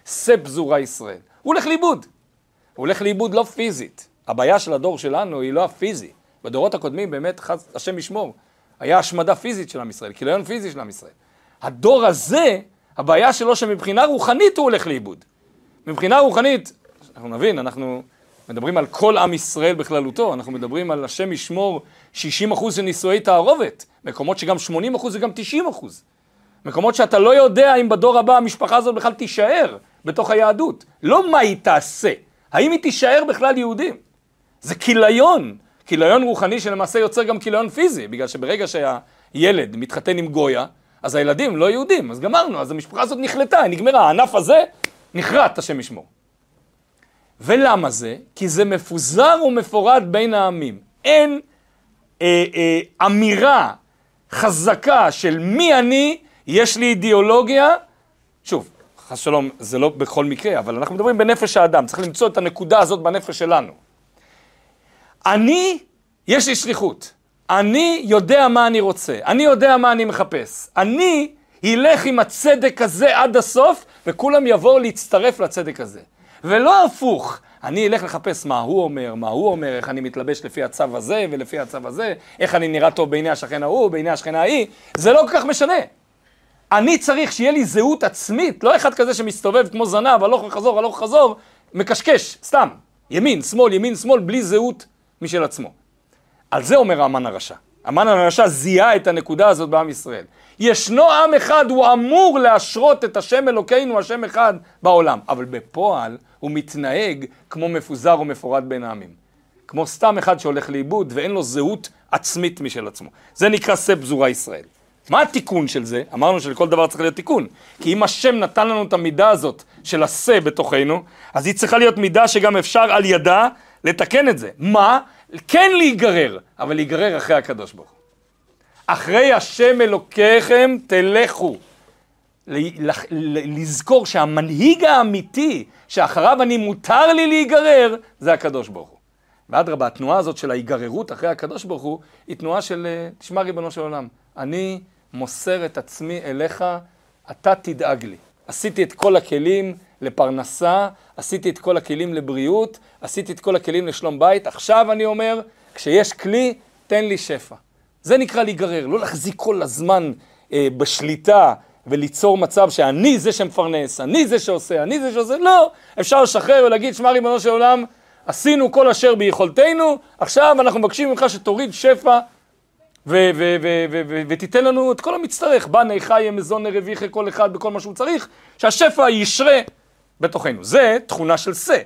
שא פזורה ישראל. הוא הולך לאיבוד. הוא הולך לאיבוד לא פיזית. הבעיה של הדור שלנו היא לא הפיזי. בדורות הקודמים באמת, השם ישמור, היה השמדה פיזית של עם ישראל, כיליון פיזי של עם ישראל. הדור הזה, הבעיה שלו שמבחינה רוחנית הוא הולך לאיבוד. מבחינה רוחנית, אנחנו נבין, אנחנו מדברים על כל עם ישראל בכללותו, אנחנו מדברים על השם ישמור 60% של נישואי תערובת, מקומות שגם 80% וגם 90%. מקומות שאתה לא יודע אם בדור הבא המשפחה הזאת בכלל תישאר בתוך היהדות. לא מה היא תעשה, האם היא תישאר בכלל יהודים. זה כיליון, כיליון רוחני שלמעשה יוצר גם כיליון פיזי, בגלל שברגע שהילד מתחתן עם גויה, אז הילדים לא יהודים, אז גמרנו, אז המשפחה הזאת נחלטה, נגמרה, הענף הזה נחרט, השם ישמור. ולמה זה? כי זה מפוזר ומפורד בין העמים. אין אמירה חזקה של מי אני, יש לי אידיאולוגיה, שוב, חס שלום, זה לא בכל מקרה, אבל אנחנו מדברים בנפש האדם, צריך למצוא את הנקודה הזאת בנפש שלנו. יש לי שליחות, אני יודע מה אני רוצה, אני יודע מה אני מחפש, אני ילך עם הצדק הזה עד הסוף, וכולם יבואו להצטרף לצדק הזה. ולא הפוך, אני אלך לחפש מה הוא אומר, איך אני מתלבש לפי הצו הזה ולפי הצו הזה, איך אני נראה טוב בעיני השכן ההוא, בעיני השכנה ההיא, זה לא כל כך משנה. אני צריך שיהיה לי זהות עצמית, לא אחד כזה שמסתובב כמו זנב, הלוך וחזור, מקשקש, סתם, ימין, שמאל, בלי זהות משל עצמו. על זה אומר המן הרשע. המן הרשע זיהה את הנקודה הזאת בעם ישראל. ישנו עם אחד, הוא אמור להשרות את השם אלוקינו, השם אחד בעולם. אבל בפועל הוא מתנהג כמו מפוזר ומפורד בין העמים. כמו סתם אחד שהולך לאיבוד ואין לו זהות עצמית משל עצמו. זה נקרא שא פזורה ישראל. מה התיקון של זה? אמרנו שלכל דבר צריך להיות תיקון. כי אם השם נתן לנו את המידה הזאת של השא בתוכנו, אז היא צריכה להיות מידה שגם אפשר על ידה לתקן את זה. מה? כן להיגרר, אבל להיגרר אחרי הקדוש ברוך הוא. אחרי השם אלוקיכם תלכו. לזכור שהמנהיג האמיתי, שאחריו אני מותר לי להיגרר, זה הקדוש ברוך הוא. ואדרבה, התנועה הזאת של ההיגררות אחרי הקדוש ברוך הוא, היא תנועה של, תשמע ריבונו של עולם, אני מוסר את עצמי אליך, אתה תדאג לי. עשיתי את כל הכלים לפרנסה, עשיתי את כל הכלים לבריאות, עשיתי את כל הכלים לשלום בית, עכשיו אני אומר, כשיש כלי, תן לי שפע. זה נקרא להיגרר, לא להחזיק כל הזמן בשליטה וליצור מצב שאני זה שמפרנס, אני זה שעושה, לא. אפשר לשחרר ולהגיד, שמע ריבונו של עולם, עשינו כל אשר ביכולתנו, עכשיו אנחנו מבקשים ממך שתוריד שפע ותיתן לנו את כל המצטרך, בני חי מזון רוויחה כל אחד בכל מה שהוא צריך, שהשפע ישרה בתוכנו. זה תכונה של שא.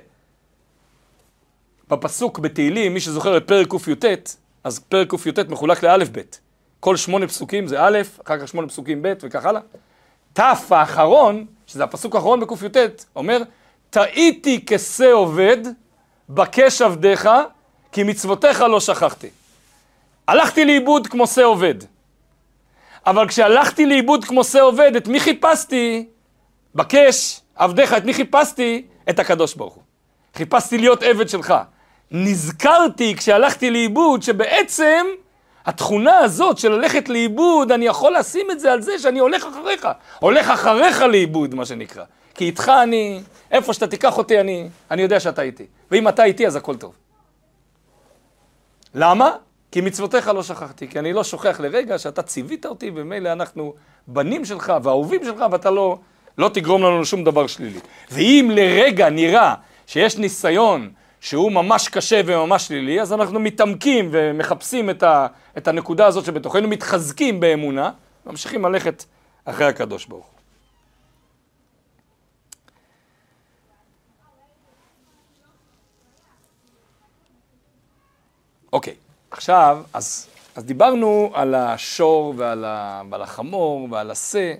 בפסוק בתהילים, מי שזוכר את פרק ק"ט, אז פרק ק"ט מחולק לאלף בית. כל 8 פסוקים זה א', אחר כך 8 פסוקים ב' וכך הלאה. תף האחרון, שזה הפסוק האחרון בק"ט, אומר, טעיתי כשא עובד, בקש עבדיך, כי מצוותיך לא שכחתי. הלכתי לאיבוד כמו שא עובד. אבל כשהלכתי לאיבוד כמו שא עובד, את מי חיפשתי? בקש עבדיך, את מי חיפשתי? את הקדוש ברוך הוא. חיפשתי להיות עבד שלך. נזכרתי כשהלכתי לאיבוד שבעצם התכונה הזאת של ללכת לאיבוד, אני יכול לשים את זה על זה שאני הולך אחריך לאיבוד, מה שנקרא. כי איתך אני, איפה שאתה תיקח אותי, אני יודע שאתה איתי. ואם אתה איתי, אז הכל טוב. למה? כי מצוותיך לא שכחתי, כי אני לא שוכח לרגע שאתה ציווית אותי, ומילא אנחנו בנים שלך ואהובים שלך, ואתה לא תגרום לנו לשום דבר שלילי. ואם לרגע נראה שיש ניסיון שהוא ממש קשה וממש שלילי, אז אנחנו מתעמקים ומחפשים את הנקודה הזאת שבתוכנו, מתחזקים באמונה, וממשיכים ללכת אחרי הקדוש ברוך הוא. אוקיי, עכשיו, אז דיברנו על השור ועל החמור ועל השא.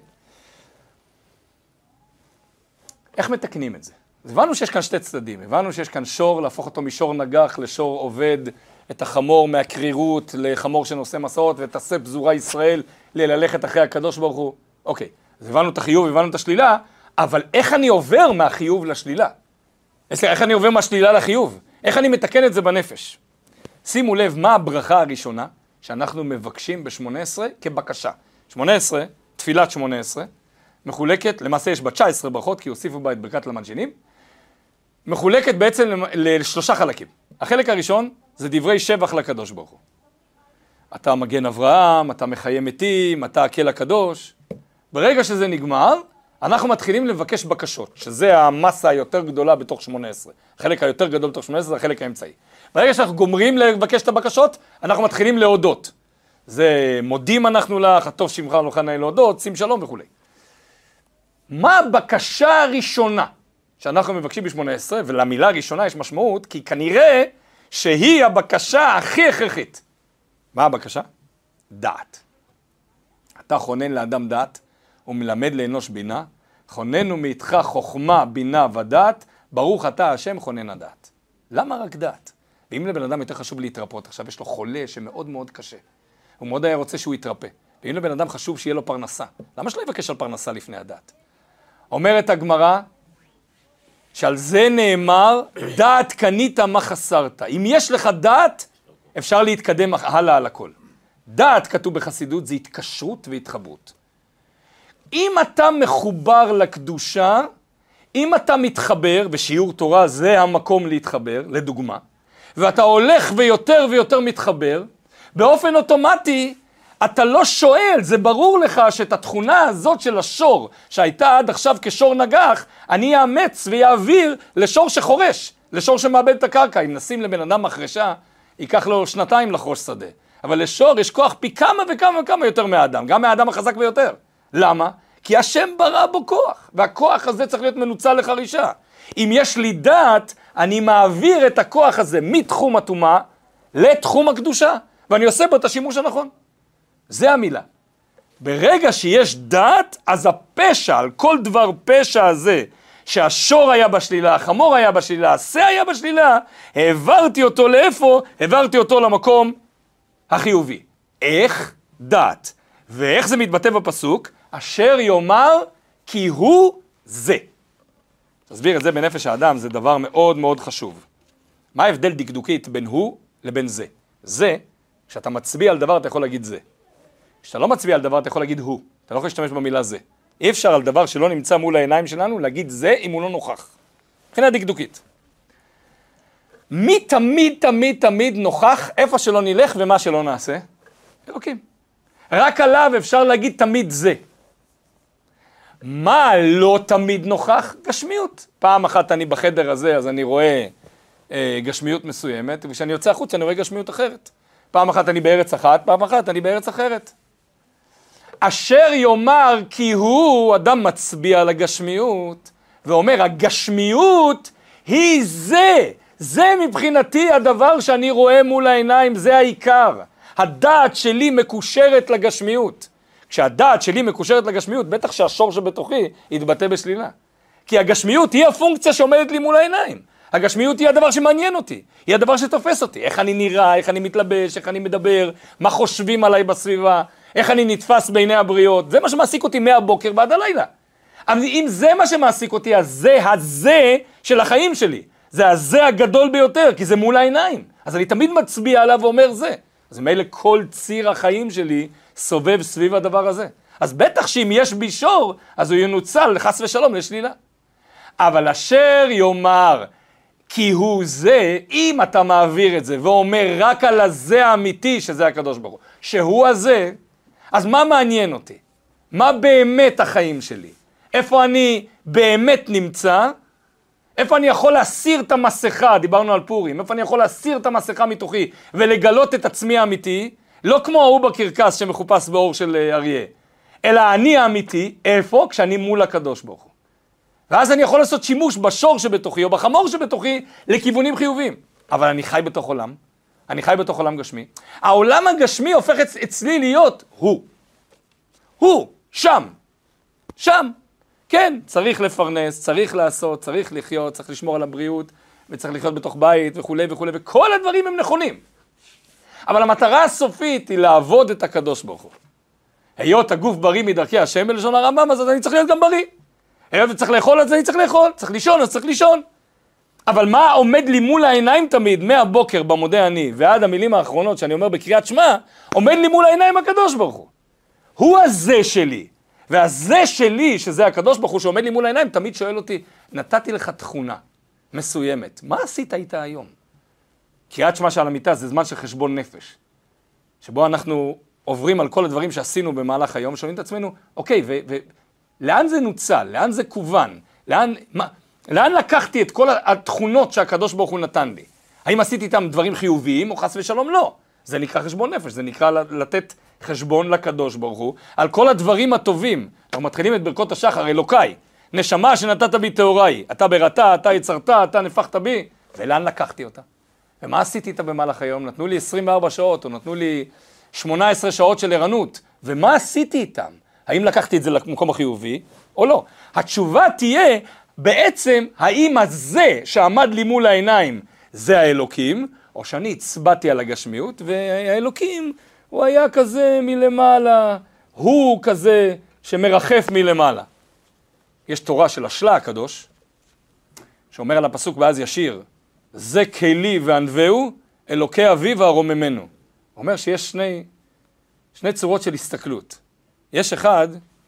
איך מתקנים את זה? אז הבנו שיש כאן שתי צדדים, הבנו שיש כאן שור, להפוך אותו משור נגח לשור עובד, את החמור מהקרירות לחמור שנושא מסעות, ואת השא פזורה ישראל ללכת אחרי הקדוש ברוך הוא. אוקיי, אז הבנו את החיוב, הבנו את השלילה, אבל איך אני עובר מהחיוב לשלילה? איך אני עובר מהשלילה לחיוב? איך אני מתקן את זה בנפש? שימו לב מה הברכה הראשונה שאנחנו מבקשים ב-18 כבקשה. 18, תפילת 18, מחולקת, למעשה יש בה 19 ברכות, כי הוסיפו בה את ברכת למנשינים, מחולקת בעצם לשלושה חלקים. החלק הראשון זה דברי שבח לקדוש ברוך הוא. אתה מגן אברהם, אתה מחיה מתים, אתה הקל הקדוש. ברגע שזה נגמר, אנחנו מתחילים לבקש בקשות, שזה המסה היותר גדולה בתוך 18. החלק היותר גדול בתוך 18 זה החלק האמצעי. ברגע שאנחנו גומרים לבקש את הבקשות, אנחנו מתחילים להודות. זה מודים אנחנו לך, הטוב שמך ולך נאה להודות, שים שלום וכו'. מה הבקשה הראשונה שאנחנו מבקשים ב-18, ולמילה הראשונה יש משמעות, כי כנראה שהיא הבקשה הכי הכרחית. מה הבקשה? דעת. אתה חונן לאדם דעת, ומלמד לאנוש בינה, חוננו מאיתך חוכמה, בינה ודעת, ברוך אתה השם חונן הדעת. למה רק דעת? ואם לבן אדם יותר חשוב להתרפות, עכשיו יש לו חולה שמאוד מאוד קשה, הוא מאוד היה רוצה שהוא יתרפא, ואם לבן אדם חשוב שיהיה לו פרנסה, למה שלא יבקש על פרנסה לפני הדעת? אומרת הגמרא, שעל זה נאמר, דעת קנית מה חסרת. אם יש לך דעת, אפשר להתקדם הלאה על הכל. דעת, כתוב בחסידות, זה התקשרות והתחברות. אם אתה מחובר לקדושה, אם אתה מתחבר, ושיעור תורה זה המקום להתחבר, לדוגמה, ואתה הולך ויותר ויותר מתחבר, באופן אוטומטי, אתה לא שואל, זה ברור לך שאת התכונה הזאת של השור, שהייתה עד עכשיו כשור נגח, אני אאמץ ויעביר לשור שחורש, לשור שמאבד את הקרקע. אם נשים לבן אדם מחרשה, ייקח לו 2 לחרוש שדה. אבל לשור יש כוח פי כמה וכמה וכמה יותר מהאדם, גם מהאדם החזק ביותר. למה? כי השם ברא בו כוח, והכוח הזה צריך להיות מנוצל לחרישה. אם יש לי דעת, אני מעביר את הכוח הזה מתחום הטומאה לתחום הקדושה, ואני עושה בו את השימוש הנכון. זה המילה. ברגע שיש דעת, אז הפשע, על כל דבר פשע הזה, שהשור היה בשלילה, החמור היה בשלילה, השה היה בשלילה, העברתי אותו לאיפה? העברתי אותו למקום החיובי. איך? דעת. ואיך זה מתבטא בפסוק? אשר יאמר כי הוא זה. תסביר את זה בנפש האדם, זה דבר מאוד מאוד חשוב. מה ההבדל דקדוקית בין הוא לבין זה? זה, כשאתה מצביע על דבר אתה יכול להגיד זה. כשאתה לא מצביע על דבר אתה יכול להגיד הוא. אתה לא יכול להשתמש במילה זה. אי אפשר על דבר שלא נמצא מול העיניים שלנו להגיד זה אם הוא לא נוכח. מבחינה דקדוקית. מי תמיד תמיד תמיד נוכח איפה שלא נלך ומה שלא נעשה? אלוקים. רק עליו אפשר להגיד תמיד זה. מה לא תמיד נוכח? גשמיות. פעם אחת אני בחדר הזה אז אני רואה גשמיות מסוימת, וכשאני יוצא החוץ אני רואה גשמיות אחרת. פעם אחת אני בארץ אחת, פעם אחת אני בארץ אחרת. אשר יאמר כי הוא, אדם מצביע על הגשמיות, ואומר הגשמיות היא זה. זה מבחינתי הדבר שאני רואה מול העיניים, זה העיקר. הדעת שלי מקושרת לגשמיות. כשהדעת שלי מקושרת לגשמיות, בטח שהשור שבתוכי יתבטא בשלילה. כי הגשמיות היא הפונקציה שעומדת לי מול העיניים. הגשמיות היא הדבר שמעניין אותי, היא הדבר שתופס אותי. איך אני נראה, איך אני מתלבש, איך אני מדבר, מה חושבים עליי בסביבה, איך אני נתפס בעיני הבריות. זה מה שמעסיק אותי מהבוקר ועד הלילה. אבל אם זה מה שמעסיק אותי, אז זה הזה של החיים שלי. זה הזה הגדול ביותר, כי זה מול העיניים. אז אני תמיד מצביע עליו ואומר זה. אז מילא כל ציר החיים שלי סובב סביב הדבר הזה. אז בטח שאם יש בי שור, אז הוא ינוצל חס ושלום לשלילה. אבל אשר יאמר כי הוא זה, אם אתה מעביר את זה ואומר רק על הזה האמיתי שזה הקדוש ברוך הוא, שהוא הזה, אז מה מעניין אותי? מה באמת החיים שלי? איפה אני באמת נמצא? איפה אני יכול להסיר את המסכה, דיברנו על פורים, איפה אני יכול להסיר את המסכה מתוכי ולגלות את עצמי האמיתי, לא כמו ההוא בקרקס שמחופש באור של אריה, אלא אני האמיתי, איפה? כשאני מול הקדוש ברוך הוא. ואז אני יכול לעשות שימוש בשור שבתוכי או בחמור שבתוכי לכיוונים חיוביים. אבל אני חי בתוך עולם, אני חי בתוך עולם גשמי. העולם הגשמי הופך אצלי להיות הוא. הוא, שם, שם. כן, צריך לפרנס, צריך לעשות, צריך לחיות, צריך לשמור על הבריאות, וצריך לחיות בתוך בית וכו' וכו', וכל הדברים הם נכונים. אבל המטרה הסופית היא לעבוד את הקדוש ברוך הוא. היות הגוף בריא מדרכי השם בלשון הרמב"ם, אז אני צריך להיות גם בריא. היות צריך לאכול, אז אני צריך לאכול, צריך לישון, אז צריך לישון. אבל מה עומד לי מול העיניים תמיד, מהבוקר במודה אני, ועד המילים האחרונות שאני אומר בקריאת שמע, עומד לי מול העיניים הקדוש ברוך הוא. הוא הזה שלי. והזה שלי, שזה הקדוש ברוך הוא שעומד לי מול העיניים, תמיד שואל אותי, נתתי לך תכונה מסוימת, מה עשית איתה היום? קריאת שמע שעל המיטה זה זמן של חשבון נפש, שבו אנחנו עוברים על כל הדברים שעשינו במהלך היום, שואלים את עצמנו, אוקיי, לאן זה נוצל? לאן זה כוון? לאן לקחתי את כל התכונות שהקדוש ברוך הוא נתן לי? האם עשיתי איתם דברים חיוביים או חס ושלום? לא. זה נקרא חשבון נפש, זה נקרא לתת חשבון לקדוש ברוך הוא על כל הדברים הטובים. אנחנו מתחילים את ברכות השחר, אלוקיי, נשמה שנתת בי טהוריי, אתה בראתה, אתה יצרת, אתה נפחת בי, ולאן לקחתי אותה? ומה עשיתי איתה במהלך היום? נתנו לי 24 שעות או נתנו לי 18 שעות של ערנות, ומה עשיתי איתם? האם לקחתי את זה למקום החיובי או לא? התשובה תהיה בעצם האם הזה שעמד לי מול העיניים זה האלוקים, או שאני הצבעתי על הגשמיות, והאלוקים הוא היה כזה מלמעלה, הוא כזה שמרחף מלמעלה. יש תורה של השלה הקדוש, שאומר על הפסוק ואז ישיר, זה כלי וענווהו, אלוקי אבי והרוממנו. הוא אומר שיש שני צורות של הסתכלות. יש אחד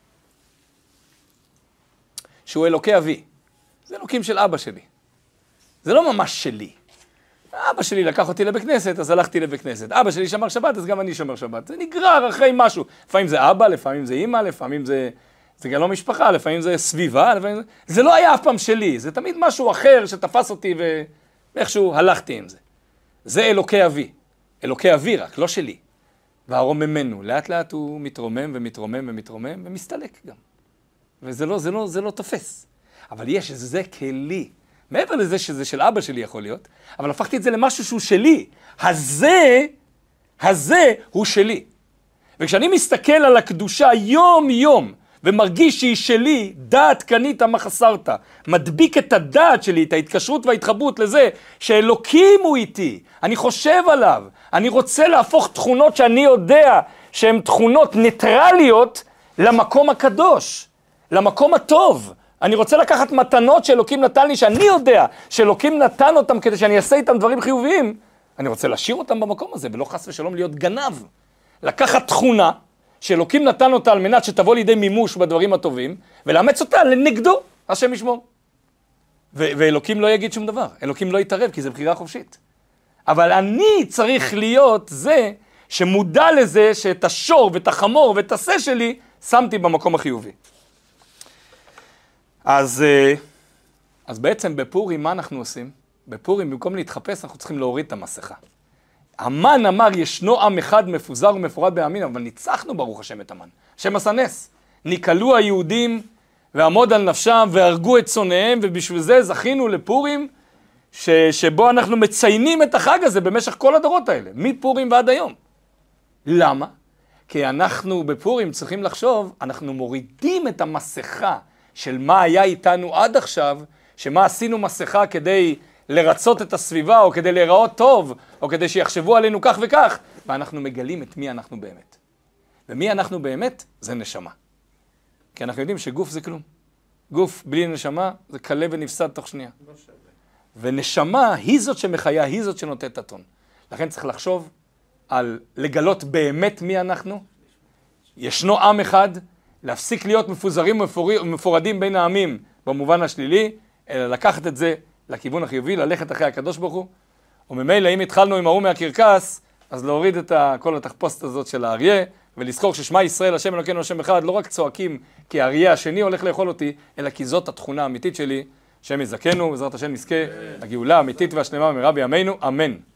שהוא אלוקי אבי, זה אלוקים של אבא שלי. זה לא ממש שלי. אבא שלי לקח אותי לבית כנסת, אז הלכתי לבית כנסת. אבא שלי שמר שבת, אז גם אני שמר שבת. זה נגרר אחרי משהו. לפעמים זה אבא, לפעמים זה אמא, לפעמים זה גם לא משפחה, לפעמים זה סביבה, לפעמים זה לא היה אף פעם שלי. זה תמיד משהו אחר שתפס אותי ואיכשהו הלכתי עם זה. זה אלוקי אבי. אלוקי אבי רק, לא שלי. והרוממנו, לאט לאט הוא מתרומם ומתרומם ומתרומם ומסתלק גם. וזה לא תופס. אבל יש זה כלי. מעבר לזה שזה של אבא שלי יכול להיות, אבל הפכתי את זה למשהו שהוא שלי. הזה הוא שלי. וכשאני מסתכל על הקדושה יום יום, ומרגיש שהיא שלי, דעת קנית מה חסרת, מדביק את הדעת שלי, את ההתקשרות וההתחברות לזה, שאלוקים הוא איתי, אני חושב עליו, אני רוצה להפוך תכונות שאני יודע שהן תכונות ניטרליות למקום הקדוש, למקום הטוב. אני רוצה לקחת מתנות שאלוקים נתן לי, שאני יודע שאלוקים נתן אותם כדי שאני אעשה איתם דברים חיוביים, אני רוצה להשאיר אותם במקום הזה, ולא חס ושלום להיות גנב. לקחת תכונה שאלוקים נתן אותה על מנת שתבוא לידי מימוש בדברים הטובים, ולאמץ אותה לנגדו, השם ישמור. ואלוקים לא יגיד שום דבר, אלוקים לא יתערב, כי זה בחירה חופשית. אבל אני צריך להיות זה שמודע לזה שאת השור ואת החמור ואת השה שלי שמתי במקום החיובי. אז בעצם בפורים מה אנחנו עושים? בפורים במקום להתחפש אנחנו צריכים להוריד את המסכה. המן אמר ישנו עם אחד מפוזר ומפורד בעמים, אבל ניצחנו ברוך השם את המן. השם עשה נס. ניקלו היהודים ועמוד על נפשם והרגו את צונאיהם, ובשביל זה זכינו לפורים שבו אנחנו מציינים את החג הזה במשך כל הדורות האלה, מפורים ועד היום. למה? כי אנחנו בפורים צריכים לחשוב, אנחנו מורידים את המסכה של מה היה איתנו עד עכשיו, שמה עשינו מסכה כדי לרצות את הסביבה, או כדי להיראות טוב, או כדי שיחשבו עלינו כך וכך, ואנחנו מגלים את מי אנחנו באמת. ומי אנחנו באמת? זה נשמה. כי אנחנו יודעים שגוף זה כלום. גוף בלי נשמה זה קלה ונפסד תוך שנייה. ונשמה היא זאת שמחיה, היא זאת שנותנת את הטון. לכן צריך לחשוב על לגלות באמת מי אנחנו. ישנו עם אחד, להפסיק להיות מפוזרים ומפורדים בין העמים במובן השלילי, אלא לקחת את זה לכיוון החיובי, ללכת אחרי הקדוש ברוך הוא. וממילא אם התחלנו עם ההוא מהקרקס, אז להוריד את כל התחפושת הזאת של האריה, ולזכור ששמע ישראל, השם אלוקינו השם אחד, לא רק צועקים כי האריה השני הולך לאכול אותי, אלא כי זאת התכונה האמיתית שלי, השם יזכנו, בעזרת השם נזכה, הגאולה האמיתית והשלמה במהרה בימינו, אמן.